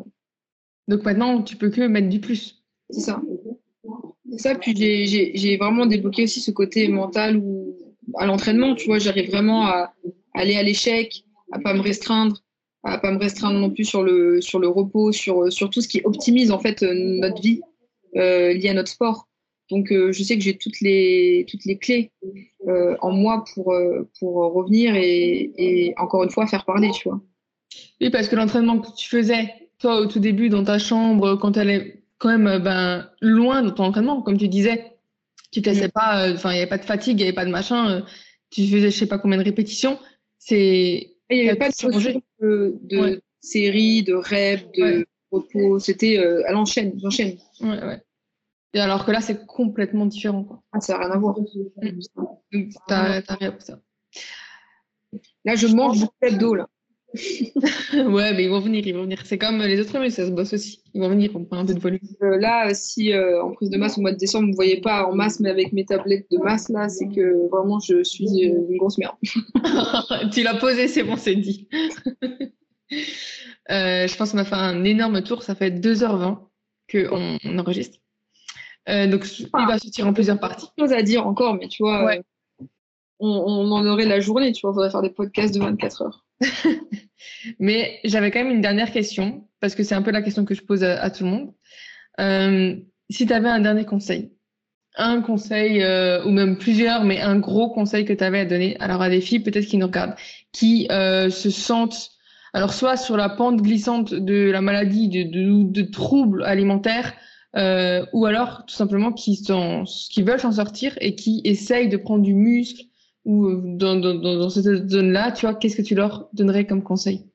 Speaker 1: Donc maintenant, tu peux que mettre du plus.
Speaker 2: C'est ça. C'est ça, puis j'ai, j'ai, j'ai vraiment débloqué aussi ce côté mental où, à l'entraînement, tu vois, j'arrive vraiment à aller à l'échec, à pas me restreindre, à pas me restreindre non plus sur le, sur le repos, sur, sur tout ce qui optimise en fait euh, notre vie euh, liée à notre sport. Donc euh, je sais que j'ai toutes les, toutes les clés euh, en moi pour, euh, pour revenir et, et encore une fois faire parler, tu vois.
Speaker 1: Oui, parce que l'entraînement que tu faisais, toi, au tout début, dans ta chambre, quand tu allais quand même euh, ben, loin de ton entraînement, comme tu disais, tu te laissais
Speaker 2: Mm.
Speaker 1: pas, euh, enfin, il n'y avait pas de fatigue, il n'y avait pas de machin, euh, tu faisais je sais pas combien de répétitions. C'est,
Speaker 2: Il n'y
Speaker 1: ça a
Speaker 2: avait
Speaker 1: tout
Speaker 2: pas de notion
Speaker 1: changé.
Speaker 2: de,
Speaker 1: Ouais,
Speaker 2: de série, de rêve,
Speaker 1: ouais,
Speaker 2: de repos, c'était euh, à l'enchaîne, j'enchaîne.
Speaker 1: ouais, ouais. Et alors que là, c'est complètement différent, quoi.
Speaker 2: Ah, ça n'a rien à voir.
Speaker 1: Mm. Donc, t'as, t'as rien pour ça.
Speaker 2: Là, je mange beaucoup d'abdos, là.
Speaker 1: Ouais, mais ils vont venir, ils vont venir. C'est comme les autres, mais ça se bosse aussi. Ils vont venir, on prend un peu de volume.
Speaker 2: Euh, là, si euh, en prise de masse au mois de décembre, vous ne me voyez pas en masse, mais avec mes tablettes de masse, là, c'est que vraiment, je suis euh, une grosse merde.
Speaker 1: Tu l'as posé, c'est bon, c'est dit. Euh, je pense qu'on a fait un énorme tour, ça fait deux heures vingt qu'on on enregistre. Euh, donc, il va sortir en plusieurs parties.
Speaker 2: Chose à dire encore, mais tu vois,
Speaker 1: Ouais.
Speaker 2: euh, on, on en aurait la journée, tu vois, il faudrait faire des podcasts de vingt-quatre heures.
Speaker 1: Mais j'avais quand même une dernière question, parce que c'est un peu la question que je pose à, à tout le monde. Euh, si tu avais un dernier conseil, un conseil, euh, ou même plusieurs, mais un gros conseil que tu avais à donner, alors à des filles peut-être qui nous regardent, qui euh, se sentent, alors soit sur la pente glissante de la maladie, de, de, de troubles alimentaires, euh, ou alors tout simplement qui, sont, qui veulent s'en sortir et qui essayent de prendre du muscle ou euh, dans, dans, dans, dans cette zone-là, tu vois, qu'est-ce que tu leur donnerais comme conseil?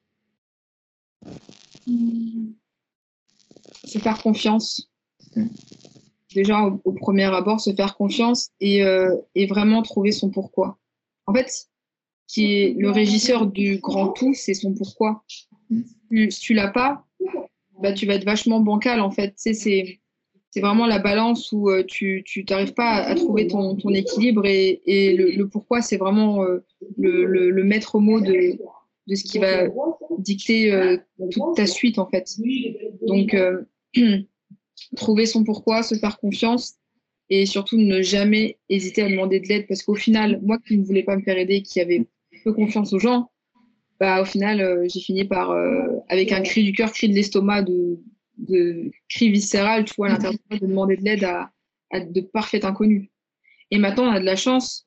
Speaker 2: Se faire confiance.
Speaker 1: Mm.
Speaker 2: Déjà, au, au premier abord, se faire confiance et, euh, et vraiment trouver son pourquoi. En fait, qui est le régisseur du grand tout, c'est son pourquoi. Tu- Si tu l'as pas, bah, tu vas être vachement bancal, en fait. Tu sais, c'est, c'est vraiment la balance où euh, tu tu t'arrives pas à, à trouver ton, ton équilibre et, et le, le pourquoi, c'est vraiment euh, le, le, le maître mot de, de ce qui va dicter euh, toute ta suite, en fait. Donc, euh, trouver son pourquoi, se faire confiance et surtout ne jamais hésiter à demander de l'aide parce qu'au final, moi qui ne voulais pas me faire aider, qui avait peu confiance aux gens, bah, au final, euh, j'ai fini par, euh, avec un cri du cœur, cri de l'estomac, de, de cri viscéral, tu vois, à l'intérieur, de demander de l'aide à, à de parfaits inconnus. Et maintenant, on a de la chance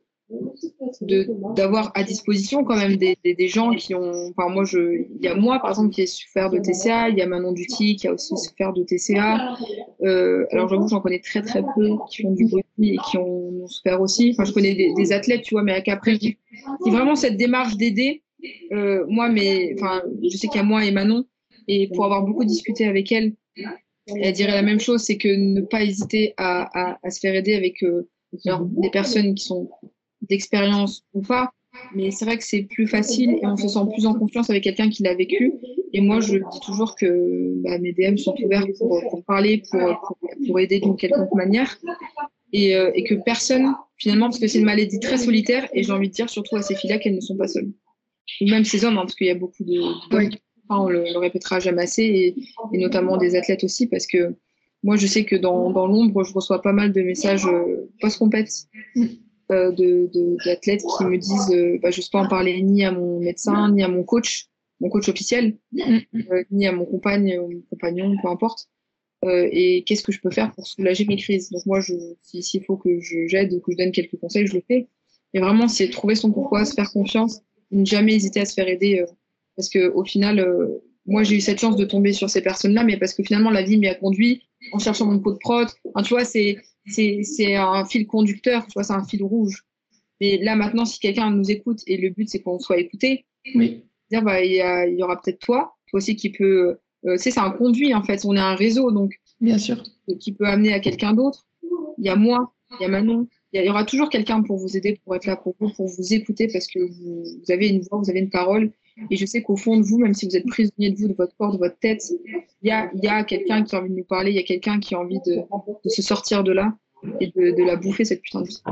Speaker 2: de, d'avoir à disposition quand même des, des, des gens qui ont. Enfin, moi, je, il y a moi, par exemple, qui ai souffert de T C A, il y a Manon Duty qui a aussi souffert de T C A. Euh, alors, j'avoue, j'en connais très, très peu qui font du body et qui ont, ont souffert aussi. Enfin, je connais des, des athlètes, tu vois, mais qu'après, c'est vraiment cette démarche d'aider. Euh, moi, mais, enfin, je sais qu'il y a moi et Manon, et pour avoir beaucoup discuté avec elle, elle dirait la même chose, c'est que ne pas hésiter à, à, à se faire aider avec euh, alors, des personnes qui sont d'expérience ou pas, mais c'est vrai que c'est plus facile et on se sent plus en confiance avec quelqu'un qui l'a vécu. Et moi, je dis toujours que bah, mes D M sont ouverts pour, pour parler, pour, pour, pour aider d'une quelconque manière. Et, euh, et que personne, finalement, parce que c'est une maladie très solitaire, et j'ai envie de dire surtout à ces filles-là qu'elles ne sont pas seules. Ou même ces hommes, hein, parce qu'il y a beaucoup de... d'hommes,
Speaker 1: Oui.
Speaker 2: enfin, on le, le répétera jamais assez, et, et notamment des athlètes aussi, parce que moi, je sais que dans, dans l'ombre, je reçois pas mal de messages euh, post-compète euh, de, de, d'athlètes qui me disent euh, bah, je ne sais pas en parler ni à mon médecin, ni à mon coach, mon coach officiel, euh, ni à mon compagne, ou mon compagnon, peu importe. Euh, et qu'est-ce que je peux faire pour soulager mes crises. Donc moi, je, si, s'il faut que je, j'aide, que je donne quelques conseils, je le fais. Et vraiment, c'est trouver son pourquoi, se faire confiance, ne jamais hésiter à se faire aider. Euh, parce qu'au final, euh, moi, j'ai eu cette chance de tomber sur ces personnes-là, mais parce que finalement, la vie m'y a conduit en cherchant mon pot de prod. Enfin, tu vois, c'est, c'est, c'est un fil conducteur, tu vois, c'est un fil rouge. Mais là, maintenant, si quelqu'un nous écoute, et le but, c'est qu'on soit écouté,
Speaker 1: Oui.
Speaker 2: dire, bah, il y, a, il y aura peut-être toi, toi aussi qui peut... Euh, tu sais, c'est un conduit, en fait. On est un réseau, donc
Speaker 1: Bien sûr.
Speaker 2: qui peut amener à quelqu'un d'autre. Il y a moi, il y a Manon. Il y, a, il y aura toujours quelqu'un pour vous aider, pour être là pour vous, pour vous écouter, parce que vous, vous avez une voix, vous avez une parole. Et je sais qu'au fond de vous, même si vous êtes prisonnier de vous, de votre corps, de votre tête, il y a, il y a quelqu'un qui a envie de nous parler, il y a quelqu'un qui a envie de, de se sortir de là et de, de la bouffer, cette putain de vie.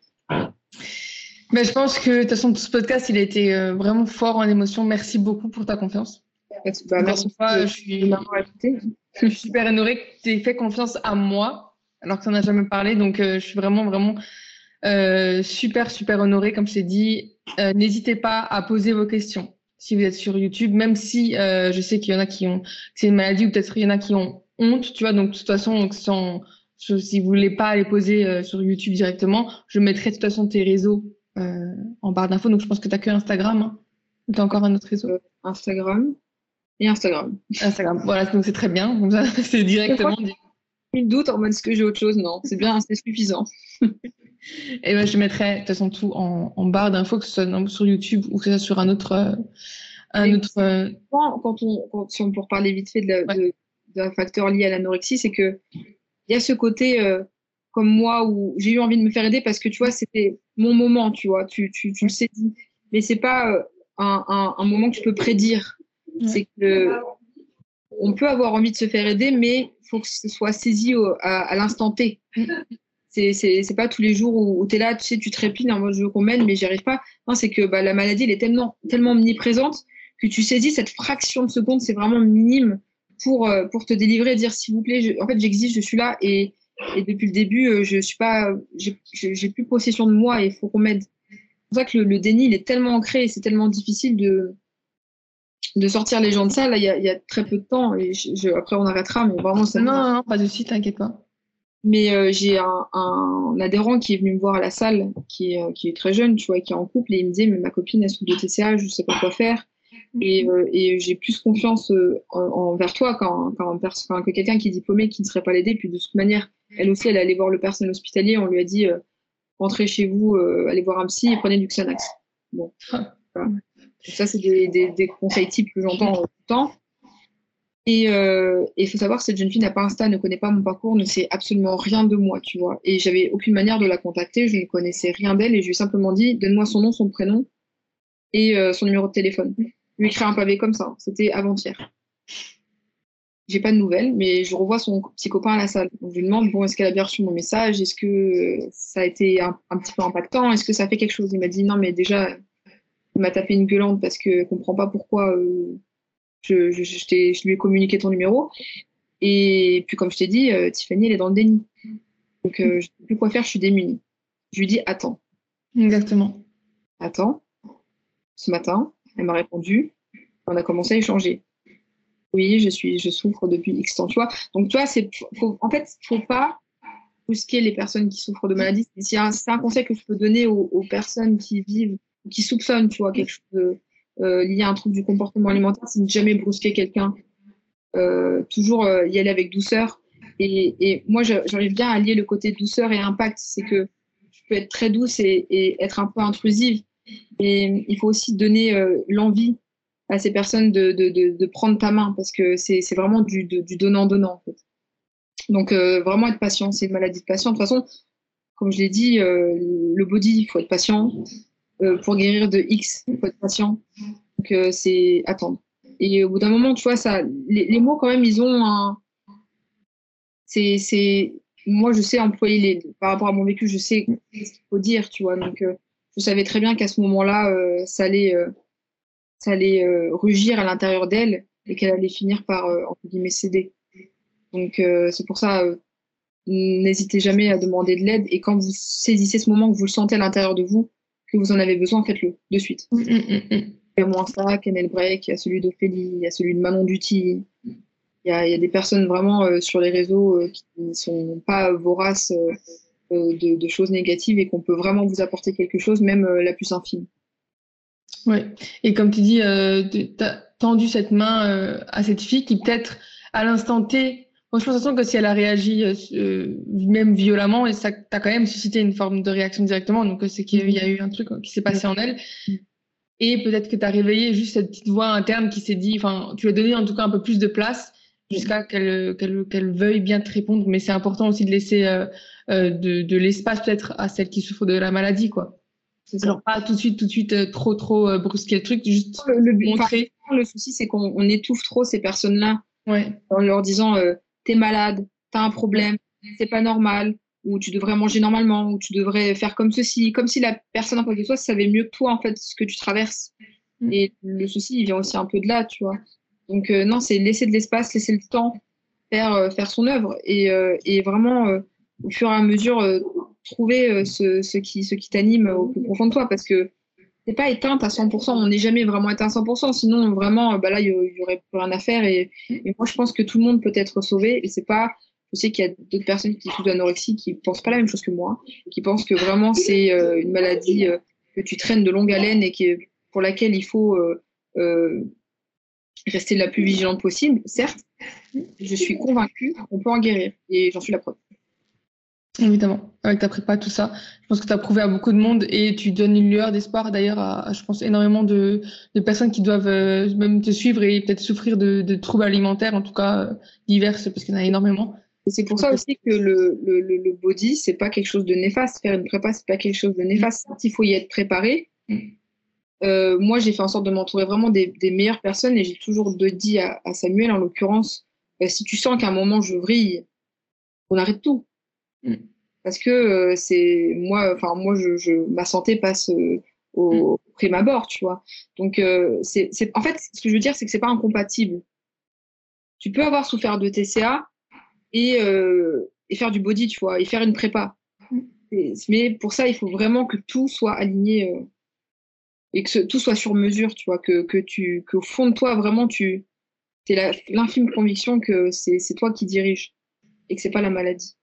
Speaker 1: Mais je pense que de toute façon, tout ce podcast, il a été euh, vraiment fort en émotion. Merci beaucoup pour ta confiance.
Speaker 2: Bah, merci
Speaker 1: fois,
Speaker 2: de,
Speaker 1: je suis,
Speaker 2: de m'avoir écouté.
Speaker 1: je suis super honorée que tu aies fait confiance à moi, alors que tu n'en as jamais parlé. Donc, euh, je suis vraiment, vraiment euh, super, super honorée. Comme je t'ai dit, euh, n'hésitez pas à poser vos questions si vous êtes sur YouTube, même si euh, je sais qu'il y en a qui ont, que c'est une maladie ou peut-être il y en a qui ont honte, tu vois. Donc, de toute façon, sans, je, si vous voulez pas les poser euh, sur YouTube directement, je mettrai de toute façon tes réseaux euh, en barre d'infos. Donc, je pense que tu n'as que Instagram. Hein. Tu as encore un autre réseau?
Speaker 2: Euh, Instagram et Instagram.
Speaker 1: Instagram. Voilà, donc c'est très bien. Comme ça, c'est directement dit.
Speaker 2: Une doute en mode est-ce que j'ai autre chose? Non, c'est bien, c'est suffisant.
Speaker 1: Et ben, je mettrai de toute façon tout en, en barre d'infos, que ce soit sur YouTube ou que ce soit sur un autre. Euh, un
Speaker 2: Et
Speaker 1: autre euh...
Speaker 2: quand on, quand, si on pour parler vite fait de la,
Speaker 1: ouais.
Speaker 2: de, d'un facteur lié à l'anorexie, c'est que il y a ce côté euh, comme moi où j'ai eu envie de me faire aider parce que tu vois, c'était mon moment, tu vois, tu, tu, tu le sais, mais c'est pas euh, un, un, un moment que tu peux prédire.
Speaker 1: Ouais.
Speaker 2: C'est que on peut avoir envie de se faire aider, mais il faut que ce soit saisi au, à, à l'instant T. C'est, c'est, c'est pas tous les jours où, où tu es là, tu sais, tu te répines en mode je veux qu'on m'aide, mais j'y arrive pas. Non, c'est que bah, la maladie, elle est tellement, tellement omniprésente que tu saisis cette fraction de seconde, c'est vraiment minime pour, euh, pour te délivrer et dire s'il vous plaît, je, en fait, j'existe, je suis là et, et depuis le début, euh, je suis pas, j'ai, j'ai plus possession de moi et il faut qu'on m'aide. C'est pour ça que le, le déni, il est tellement ancré et c'est tellement difficile de, de sortir les gens de ça. Là, il y a, y a très peu de temps et je, je, après, on arrêtera, mais vraiment, ça.
Speaker 1: Non, non, non, pas de suite, t'inquiète pas.
Speaker 2: Mais euh, j'ai un, un adhérent qui est venu me voir à la salle, qui est, euh, qui est très jeune, tu vois, qui est en couple, et il me disait, mais ma copine, elle souffre de T C A, je sais pas quoi faire. Et, euh, et j'ai plus confiance euh, en, envers toi quand, quand, quand que quelqu'un qui est diplômé, qui ne serait pas l'aider. Puis de toute manière, elle aussi, elle allait voir le personnel hospitalier, on lui a dit, euh, rentrez chez vous, euh, allez voir un psy et prenez du Xanax. Bon, voilà. Donc ça, c'est des, des, des conseils types que j'entends tout le temps. Et il euh, faut savoir que cette jeune fille n'a pas Insta, ne connaît pas mon parcours, ne sait absolument rien de moi, tu vois. Et j'avais aucune manière de la contacter, je ne connaissais rien d'elle et je lui ai simplement dit, donne-moi son nom, son prénom et euh, son numéro de téléphone. Je lui ai écrit un pavé comme ça, c'était avant-hier. J'ai pas de nouvelles, mais je revois son petit copain à la salle. Donc, je lui demande, bon, est-ce qu'elle a bien reçu mon message? Est-ce que ça a été un, un petit peu impactant? Est-ce que ça fait quelque chose? Il m'a dit, non, mais déjà, il m'a tapé une gueulante parce que je comprends pas pourquoi... Euh, Je, je, je, je lui ai communiqué ton numéro. Et puis, comme je t'ai dit, euh, Tiffany, elle est dans le déni. Donc, euh, je ne sais plus quoi faire, je suis démunie. Je lui dis, attends.
Speaker 1: Exactement.
Speaker 2: Attends. Ce matin, elle m'a répondu. On a commencé à échanger. Oui, je suis, je souffre depuis X temps, tu vois. Donc, tu vois, c'est, faut, en fait, faut pas brusquer les personnes qui souffrent de maladies. C'est un, c'est un conseil que je peux donner aux, aux personnes qui vivent, qui soupçonnent, tu vois, quelque chose de, euh, lié à un trouble du comportement alimentaire, c'est de jamais brusquer quelqu'un. Euh, toujours euh, y aller avec douceur. Et, et moi, je- j'arrive bien à lier le côté douceur et impact. C'est que je peux être très douce et, et être un peu intrusive. Et il faut aussi donner euh, l'envie à ces personnes de, de, de, de prendre ta main parce que c'est c'est vraiment du, de- du donnant-donnant, en fait. Donc, euh, vraiment être patient. C'est une maladie de patient. De toute façon, comme je l'ai dit, euh, le body, il faut être patient. Euh, pour guérir de X, il faut être patient. Donc, euh, c'est attendre. Et au bout d'un moment, tu vois, ça, les, les mots, quand même, ils ont un. C'est, c'est... Moi, je sais employer les. Par rapport à mon vécu, je sais ce qu'il faut dire, tu vois. Donc, euh, je savais très bien qu'à ce moment-là, euh, ça allait, euh, ça allait euh, rugir à l'intérieur d'elle et qu'elle allait finir par, euh, entre guillemets, céder. Donc, euh, c'est pour ça, euh, n'hésitez jamais à demander de l'aide. Et quand vous saisissez ce moment, que vous le sentez à l'intérieur de vous, que vous en avez besoin, faites-le de suite.
Speaker 1: Mm, mm, mm.
Speaker 2: Il y a mon Insta, Canel Break, il y a celui d'Ophélie, il y a celui de Manon Duty. Il y a, il y a des personnes vraiment euh, sur les réseaux euh, qui ne sont pas voraces euh, euh, de, de choses négatives et qu'on peut vraiment vous apporter quelque chose, même euh, la plus infime.
Speaker 1: Ouais. Et comme tu dis, euh, tu as tendu cette main euh, à cette fille qui peut-être à l'instant T, moi je pense de toute façon que si elle a réagi euh, euh, même violemment, et ça t'a quand même suscité une forme de réaction directement, donc euh, c'est qu'il y a eu un truc euh, qui s'est passé en elle. Et peut-être que tu as réveillé juste cette petite voix interne qui s'est dit, enfin, tu lui as donné en tout cas un peu plus de place jusqu'à qu'elle qu'elle qu'elle veuille bien te répondre. Mais c'est important aussi de laisser euh, euh, de, de l'espace peut-être à celle qui souffre de la maladie, quoi.
Speaker 2: C'est ça.
Speaker 1: Genre pas tout de suite, tout de suite euh, trop, trop euh, brusquer le truc, juste
Speaker 2: Le, le, enfin,
Speaker 1: montrer.
Speaker 2: le souci, c'est qu'on on étouffe trop ces personnes-là
Speaker 1: Ouais.
Speaker 2: en leur disant euh, t'es malade, t'as un problème, c'est pas normal, ou tu devrais manger normalement, ou tu devrais faire comme ceci, comme si la personne en face de toi savait mieux que toi, en fait, ce que tu traverses.
Speaker 1: Mm.
Speaker 2: Et le souci, il vient aussi un peu de là, tu vois. Donc, euh, non, c'est laisser de l'espace, laisser le temps faire, euh, faire son œuvre et, euh, et vraiment, euh, au fur et à mesure, euh, trouver euh, ce, ce qui, ce qui t'anime au plus profond de toi parce que c'est pas éteinte à cent pour cent, on n'est jamais vraiment éteint à cent pour cent, sinon vraiment, euh, bah là, il y, y aurait plus rien à faire et, et moi, je pense que tout le monde peut être sauvé et c'est pas. Je sais qu'il y a d'autres personnes qui souffrent d'anorexie qui pensent pas la même chose que moi, qui pensent que vraiment c'est euh, une maladie euh, que tu traînes de longue haleine et qui, pour laquelle il faut euh, euh, rester la plus vigilante possible. Certes, je suis convaincue qu'on peut en guérir et j'en suis la preuve.
Speaker 1: Évidemment, avec ta prépa, tout ça. Je pense que tu as prouvé à beaucoup de monde et tu donnes une lueur d'espoir d'ailleurs à, à, je pense, énormément de, de personnes qui doivent euh, même te suivre et peut-être souffrir de, de troubles alimentaires, en tout cas euh, diverses, parce qu'il y en a énormément.
Speaker 2: Et c'est pour ça aussi que le, le, le, le body, c'est pas quelque chose de néfaste. Faire une prépa, c'est pas quelque chose de néfaste. Il faut y être préparé. Euh, moi, j'ai fait en sorte de m'entourer vraiment des, des meilleures personnes et j'ai toujours de dit à, à Samuel, en l'occurrence, bah, si tu sens qu'à un moment je vrille, on arrête tout.
Speaker 1: Mm.
Speaker 2: Parce que euh, c'est moi, enfin moi, je, je, ma santé passe euh, au prime abord, tu vois. Donc, euh, c'est, c'est, en fait, ce que je veux dire, c'est que c'est pas incompatible. Tu peux avoir souffert de T C A et, euh, et faire du body, tu vois, et faire une prépa. Et- mais pour ça, il faut vraiment que tout soit aligné euh, et que ce- tout soit sur mesure, tu vois, que, que tu, qu'au fond de toi, vraiment, tu as l'infime conviction que c'est, c'est toi qui dirige et que c'est pas la maladie.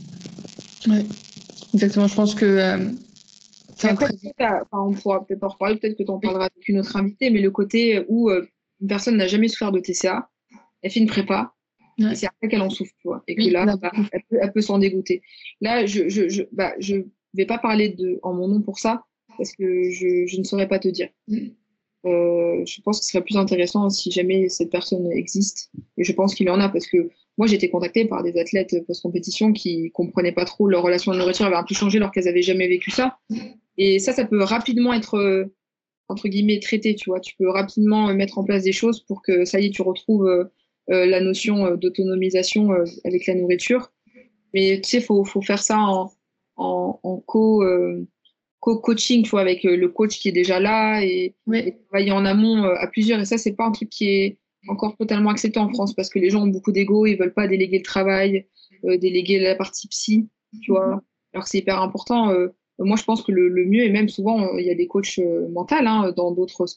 Speaker 1: Ouais, exactement. Je pense que euh, c'est
Speaker 2: Mais
Speaker 1: un
Speaker 2: après,
Speaker 1: très...
Speaker 2: enfin, on pourra peut-être en reparler, peut-être que tu en parleras avec une autre invitée, mais le côté où euh, une personne n'a jamais souffert de T C A, elle fait une prépa, et
Speaker 1: Ouais.
Speaker 2: c'est après qu'elle en souffre, tu vois, et que
Speaker 1: Oui,
Speaker 2: là,
Speaker 1: il y en a
Speaker 2: bah,
Speaker 1: beaucoup.
Speaker 2: elle peut, elle peut s'en dégoûter. Là, je, je, je, bah, je vais pas parler de, en mon nom pour ça, parce que je, je ne saurais pas te dire.
Speaker 1: Mm.
Speaker 2: Euh, je pense que ce serait plus intéressant si jamais cette personne existe. Et je pense qu'il y en a parce que moi, j'ai été contactée par des athlètes post-compétition qui comprenaient pas trop leur relation à la nourriture, avait un peu changé alors qu'elles avaient jamais vécu ça. Et ça, ça peut rapidement être, euh, entre guillemets, traité, tu vois. Tu peux rapidement euh, mettre en place des choses pour que, ça y est, tu retrouves euh, euh, la notion euh, d'autonomisation euh, avec la nourriture. Mais tu sais, faut, faut faire ça en, en, en co, euh, co-coaching, tu vois, avec euh, le coach qui est déjà là et, et
Speaker 1: Ouais.
Speaker 2: travailler en amont euh, à plusieurs. Et ça, c'est pas un truc qui est encore totalement accepté en France parce que les gens ont beaucoup d'ego, ils veulent pas déléguer le travail, euh, déléguer la partie psy, tu vois. Alors que c'est hyper important. Euh, moi, je pense que le, le mieux, et même souvent, euh, il y a des coachs euh, mentaux hein, dans d'autres sports,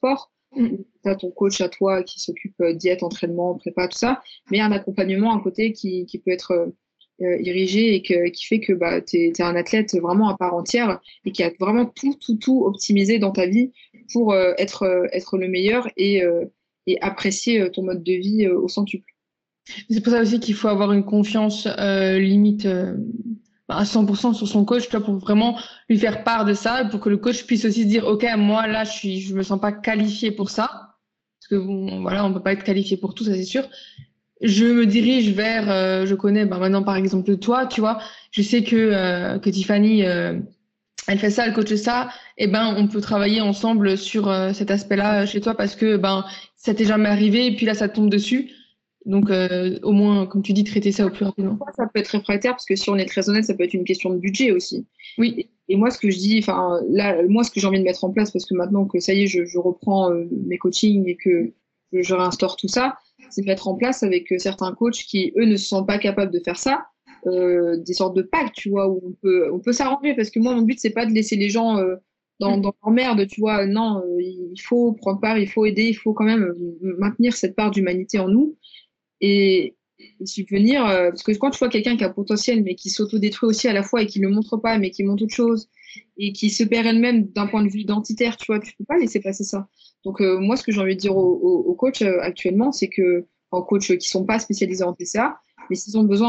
Speaker 1: Mm.
Speaker 2: Tu as ton coach à toi qui s'occupe euh, diète, entraînement, prépa, tout ça, mais un accompagnement à côté qui, qui peut être euh, érigé et que, qui fait que bah, tu es un athlète vraiment à part entière et qui a vraiment tout, tout, tout optimisé dans ta vie pour euh, être, euh, être le meilleur et, euh, et apprécier euh, ton mode de vie euh, au centuple.
Speaker 1: C'est pour ça aussi qu'il faut avoir une confiance euh, limite euh, à cent pour cent sur son coach, tu vois, pour vraiment lui faire part de ça, pour que le coach puisse aussi se dire, OK, moi, là, je suis, je me sens pas qualifié pour ça. Parce que bon, voilà, on peut pas être qualifié pour tout, ça c'est sûr. Je me dirige vers, euh, je connais, bah, maintenant par exemple toi, tu vois, je sais que, euh, que Tiffany, euh, elle fait ça, elle coach ça, et ben on peut travailler ensemble sur euh, cet aspect-là euh, chez toi parce que ben ça t'est jamais arrivé et puis là ça tombe dessus. Donc euh, au moins, comme tu dis, traiter ça au plus rapidement.
Speaker 2: Ça peut être réfractaire parce que si on est très honnête, ça peut être une question de budget aussi.
Speaker 1: Oui.
Speaker 2: Et, et moi, ce que je dis, enfin là, moi, ce que j'ai envie de mettre en place, parce que maintenant que ça y est, je, je reprends euh, mes coachings et que je, je réinstaure tout ça, c'est de mettre en place avec euh, certains coachs qui, eux, ne se sentent pas capables de faire ça, euh, des sortes de packs, tu vois, où on peut, on peut s'arranger. Parce que moi, mon but, c'est pas de laisser les gens euh, dans, dans leur merde, tu vois. Non, euh, il faut prendre part, il faut aider, il faut quand même euh, maintenir cette part d'humanité en nous. Et, et subvenir, euh, parce que quand tu vois quelqu'un qui a potentiel, mais qui s'autodétruit aussi à la fois et qui ne le montre pas, mais qui montre autre chose, et qui se perd elle-même d'un point de vue identitaire, tu vois, tu peux pas laisser passer ça. Donc, euh, moi, ce que j'ai envie de dire aux, aux, aux coachs euh, actuellement, c'est que, en coachs qui sont pas spécialisés en T C A, mais s'ils ont besoin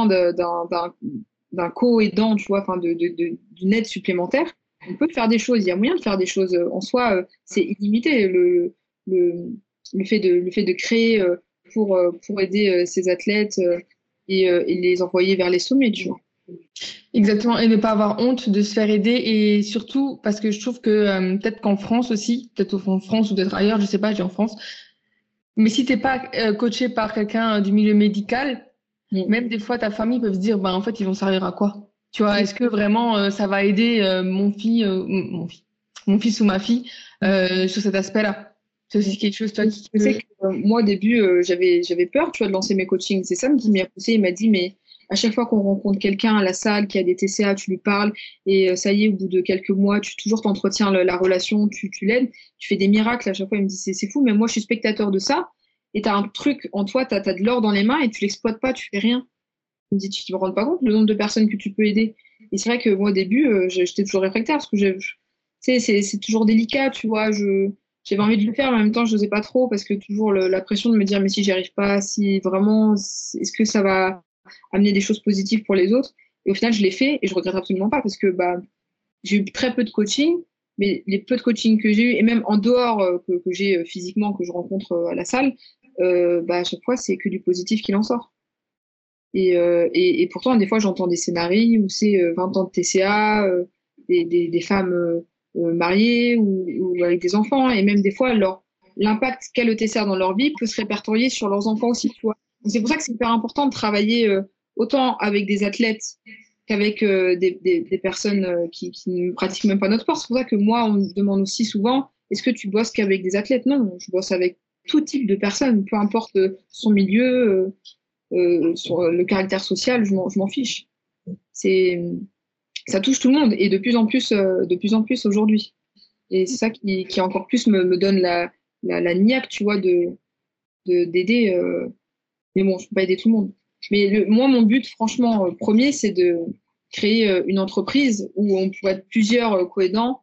Speaker 2: d'un co-aidant, tu vois, enfin, de, de, de, d'une aide supplémentaire, on peut faire des choses. Il y a moyen de faire des choses. En soi, euh, c'est illimité. Le, le, le, fait de, le fait de créer euh, pour, euh, pour aider euh, ces athlètes euh, et, euh, et les envoyer vers les sommets, tu vois.
Speaker 1: Exactement, et ne pas avoir honte de se faire aider et surtout parce que je trouve que euh, peut-être qu'en France aussi, peut-être en France ou peut-être ailleurs, je sais pas, je dis en France, mais si t'es pas euh, coaché par quelqu'un du milieu médical,
Speaker 2: Mm.
Speaker 1: même des fois ta famille peut se dire, bah en fait ils vont servir à quoi? Tu vois, est-ce que vraiment euh, ça va aider euh, mon fils, euh, mon fils, mon fils ou ma fille euh, sur cet aspect-là? C'est aussi quelque chose toi qui
Speaker 2: Je
Speaker 1: peut.
Speaker 2: sais que euh, moi, au début, euh, j'avais, j'avais peur, tu vois, de lancer mes coachings. C'est Sam qui m'y a poussé. Il m'a dit, mais à chaque fois qu'on rencontre quelqu'un à la salle qui a des T C A, tu lui parles et euh, ça y est, au bout de quelques mois, tu toujours t'entretiens le- la relation, tu, tu l'aides, tu fais des miracles. À chaque fois, il me dit, c'est c'est fou, mais moi, je suis spectateur de ça. Et tu as un truc en toi, tu as, de l'or dans les mains et tu l'exploites pas, tu fais rien. Il me dit, tu te rends pas compte le nombre de personnes que tu peux aider. Et c'est vrai que moi, au début, euh, j'étais toujours réfractaire parce que je, je- tu sais, c'est c'est toujours délicat, tu vois. Je, j'avais envie de le faire, mais en même temps, je n'osais pas trop parce que toujours le- la pression de me dire, mais si j'y arrive pas, si vraiment, est-ce que ça va amener des choses positives pour les autres? Et au final, je l'ai fait et je regrette absolument pas parce que bah, j'ai eu très peu de coaching, mais les peu de coaching que j'ai eu, et même en dehors euh, que, que j'ai euh, physiquement, que je rencontre euh, à la salle, euh, bah, à chaque fois, c'est que du positif qui en sort. Et, euh, et, et pourtant, des fois, j'entends des scénarios où c'est euh, vingt ans de T C A, euh, des, des, des femmes euh, euh, mariées ou, ou avec des enfants, et même des fois, leur, l'impact qu'a le T C A dans leur vie peut se répertorier sur leurs enfants aussi, tu vois. Donc, c'est pour ça que c'est hyper important de travailler euh, autant avec des athlètes qu'avec euh, des, des, des personnes euh, qui, qui ne pratiquent même pas notre sport. C'est pour ça que moi, on me demande aussi souvent, est-ce que tu bosses qu'avec des athlètes? Non, je bosse avec tout type de personnes, peu importe euh, son milieu. Euh, euh, sur le caractère social, je m'en, je m'en fiche. C'est, ça touche tout le monde et de plus en plus, euh, de plus en plus aujourd'hui. Et c'est ça qui, qui encore plus me, me donne la, la, la niaque, tu vois, de, de, d'aider. Euh, mais bon, je peux pas aider tout le monde. Mais le, moi, mon but, franchement, euh, premier, c'est de créer euh, une entreprise où on pourrait être plusieurs euh, co-aidants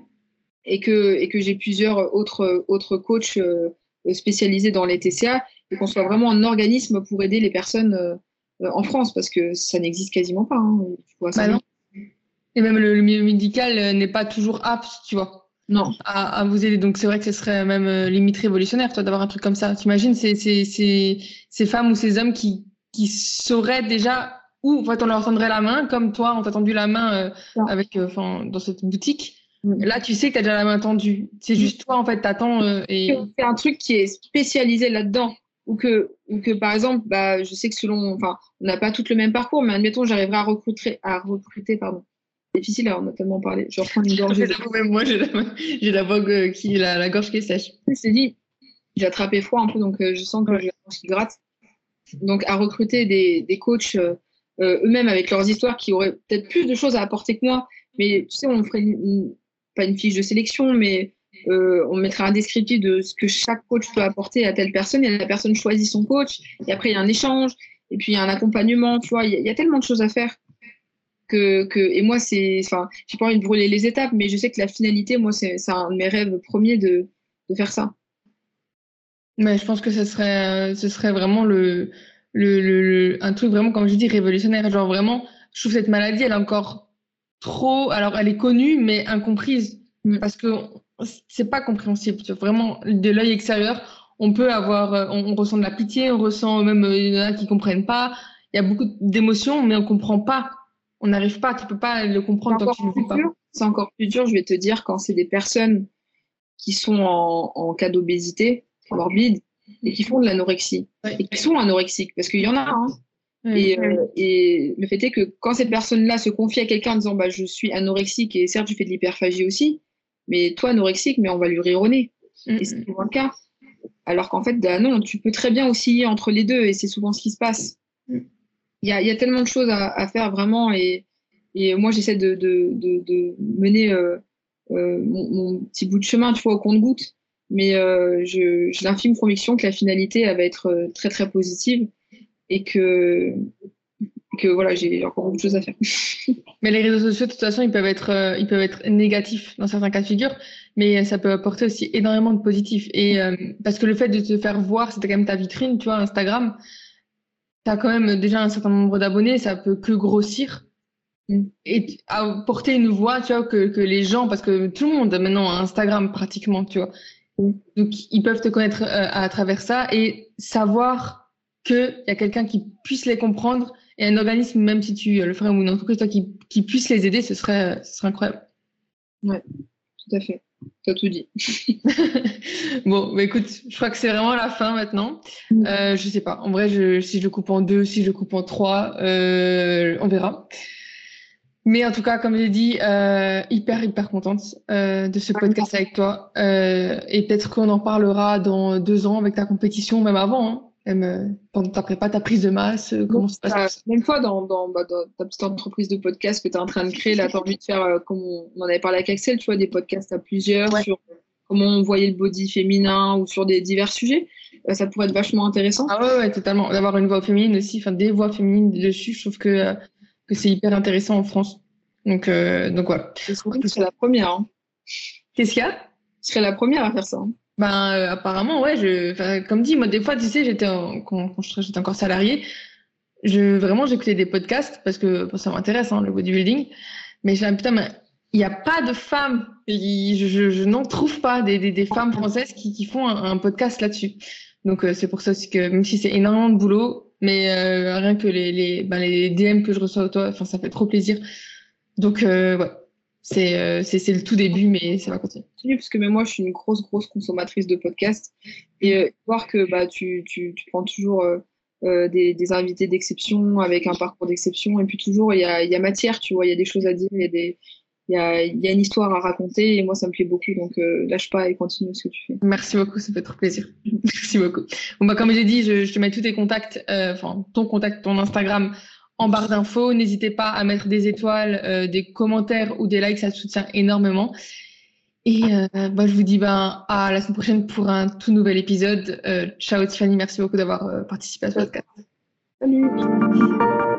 Speaker 2: et que, et que j'ai plusieurs autres, autres coachs euh, spécialisés dans les T C A et qu'on soit vraiment un organisme pour aider les personnes euh, en France parce que ça n'existe quasiment pas. Hein, tu vois, ça
Speaker 1: Bah non. Et même le, le milieu médical euh, n'est pas toujours apte, tu vois,
Speaker 2: non.
Speaker 1: à, à vous aider. Donc c'est vrai que ce serait même euh, limite révolutionnaire, toi, d'avoir un truc comme ça. T'imagines ces, ces, ces, ces femmes ou ces hommes qui, qui sauraient déjà où, en fait, on leur tendrait la main, comme toi, on t'a tendu la main euh, avec, euh, enfin, dans cette boutique.
Speaker 2: Mm.
Speaker 1: Là, tu sais que t'as déjà la main tendue. C'est juste toi, en fait, t'attends euh, et.
Speaker 2: C'est un truc qui est spécialisé là-dedans. Ou que, ou que, par exemple, bah, je sais que selon, enfin, on n'a pas tout le même parcours, mais admettons, j'arriverai à recruter, à recruter, pardon. C'est difficile, alors, on a tellement parlé. Je reprends une gorgée.
Speaker 1: J'avoue, même moi, j'ai la, j'ai la voix euh, qui, la, la gorge qui est sèche.
Speaker 2: Je me dit, j'ai attrapé froid un peu, donc euh, je sens que j'ai la gorge qui gratte. Donc, à recruter des, des coachs euh, euh, eux-mêmes avec leurs histoires qui auraient peut-être plus de choses à apporter que moi. Mais tu sais, on ferait une, une- pas une fiche de sélection, mais euh, on mettrait un descriptif de ce que chaque coach peut apporter à telle personne, et la personne choisit son coach, et après il y a un échange, et puis il y a un accompagnement, tu vois, il y, y a tellement de choses à faire. Que, que, et moi, c'est, enfin, j'ai pas envie de brûler les étapes, mais je sais que la finalité, moi, c'est, c'est un de mes rêves premiers de, de faire ça.
Speaker 1: Mais je pense que ce serait, euh, ce serait vraiment le, le, le, le- un truc vraiment, comme je dis, révolutionnaire. Genre vraiment, je trouve cette maladie, elle est encore trop, alors elle est connue, mais incomprise.
Speaker 2: Mm.
Speaker 1: Parce que c'est pas compréhensible. Tu vois. Vraiment, de l'œil extérieur, on peut avoir, euh, on, on ressent de la pitié, on ressent même, euh, il y en a qui comprennent pas. Il y a beaucoup d'émotions, mais on comprend pas. On n'arrive pas, tu peux pas le
Speaker 2: C'est
Speaker 1: comprendre tant que
Speaker 2: encore
Speaker 1: tu ne le
Speaker 2: plus
Speaker 1: vis pas.
Speaker 2: dur. C'est encore plus dur, je vais te dire, quand c'est des personnes qui sont en, en cas d'obésité morbide et qui font de l'anorexie.
Speaker 1: Ouais.
Speaker 2: Et qui sont anorexiques, parce qu'il y en a, hein.
Speaker 1: Ouais.
Speaker 2: Et, euh, et le fait est que quand ces personnes-là se confient à quelqu'un en disant bah, je suis anorexique et certes je fais de l'hyperphagie aussi, mais toi anorexique, mais on va lui rire au nez.
Speaker 1: Mm,
Speaker 2: Et c'est
Speaker 1: mm.
Speaker 2: souvent le cas. Alors qu'en fait, bah, non, tu peux très bien osciller entre les deux et c'est souvent ce qui se passe.
Speaker 1: Mm.
Speaker 2: Il y a, il y a tellement de choses à, à faire vraiment et, et moi j'essaie de, de, de, de mener euh, euh, mon, mon petit bout de chemin, tu vois, au compte-gouttes. Mais euh, je, j'ai l'infime conviction que la finalité elle va être euh, très très positive et que que voilà, j'ai encore beaucoup de choses à faire.
Speaker 1: Mais les réseaux sociaux, de toute façon, ils peuvent être, euh, ils peuvent être négatifs dans certains cas de figure, mais ça peut apporter aussi énormément de positifs. Et euh, parce que le fait de te faire voir, c'était quand même ta vitrine, tu vois, Instagram, t'as quand même déjà un certain nombre d'abonnés, ça peut que grossir
Speaker 2: Mm.
Speaker 1: et apporter une voix, tu vois, que, que les gens, parce que tout le monde a maintenant a Instagram pratiquement, tu vois.
Speaker 2: Mm.
Speaker 1: Donc, ils peuvent te connaître euh, à travers ça et savoir qu'il y a quelqu'un qui puisse les comprendre et un organisme, même si tu le ferais ou une entreprise, toi, qui, qui puisse les aider, ce serait, ce serait incroyable.
Speaker 2: Ouais, tout à fait. Tu as tout dit.
Speaker 1: Bon, bah écoute, je crois que c'est vraiment la fin maintenant.
Speaker 2: Mm.
Speaker 1: Euh, je sais pas. En vrai, je, si je le coupe en deux, si je le coupe en trois, euh, on verra. Mais en tout cas, comme j'ai dit, euh, hyper, hyper contente euh, de ce podcast avec toi. Euh, et peut-être qu'on en parlera dans deux ans avec ta compétition, même avant, hein. Même euh, pendant ta prépa, ta prise de masse, euh, comment se passe tout
Speaker 2: Euh,
Speaker 1: ça.
Speaker 2: même toi, dans, dans, bah, dans ta petite entreprise de podcast que tu es en train de créer, là, tu as envie de faire, euh, comme on, on en avait parlé avec Axel, tu vois, des podcasts à plusieurs
Speaker 1: Ouais.
Speaker 2: sur comment on voyait le body féminin ou sur des divers sujets. Euh, ça pourrait être vachement intéressant.
Speaker 1: Ah ouais, ouais, totalement. D'avoir une voix féminine aussi, enfin des voix féminines dessus, je trouve que, euh, que c'est hyper intéressant en France. Donc, euh, donc voilà.
Speaker 2: Et surtout, tu serais la première. Hein.
Speaker 1: Qu'est-ce qu'il y a?
Speaker 2: Tu serais la première à faire ça. Hein.
Speaker 1: Ben, euh, apparemment, ouais, je, enfin, comme dit, moi, des fois, tu sais, j'étais en- quand, quand je- j'étais encore salariée, je, vraiment, j'écoutais des podcasts parce que bon, ça m'intéresse, hein, le bodybuilding. Mais j'ai un putain, mais il n'y a pas de femmes, il- je, je, je n'en trouve pas des, des, des femmes françaises qui, qui font un, un podcast là-dessus. Donc, euh, c'est pour ça aussi que, même si c'est énormément de boulot, mais euh, rien que les, les, ben, les D M que je reçois de toi, enfin, ça fait trop plaisir. Donc, euh, ouais, c'est euh, c'est c'est le tout début, mais ça va continuer.
Speaker 2: Parce que même moi, je suis une grosse, grosse consommatrice de podcasts. Et euh, voir que bah, tu, tu, tu prends toujours euh, euh, des, des invités d'exception avec un parcours d'exception. Et puis toujours, il y a, il y a matière, tu vois, il y a des choses à dire, il y a des, il y a, il y a une histoire à raconter. Et moi, ça me plaît beaucoup. Donc, euh, lâche pas et continue ce que tu fais.
Speaker 1: Merci beaucoup, ça fait trop plaisir. Merci beaucoup. Bon, bah, comme j'ai dit, je, je te mets tous tes contacts, euh, enfin, ton contact, ton Instagram en barre d'infos. N'hésitez pas à mettre des étoiles, euh, des commentaires ou des likes, ça soutient énormément. Et euh, bah, je vous dis ben, à la semaine prochaine pour un tout nouvel épisode. Euh, ciao Tiffany, merci beaucoup d'avoir euh, participé à ce podcast.
Speaker 2: Salut!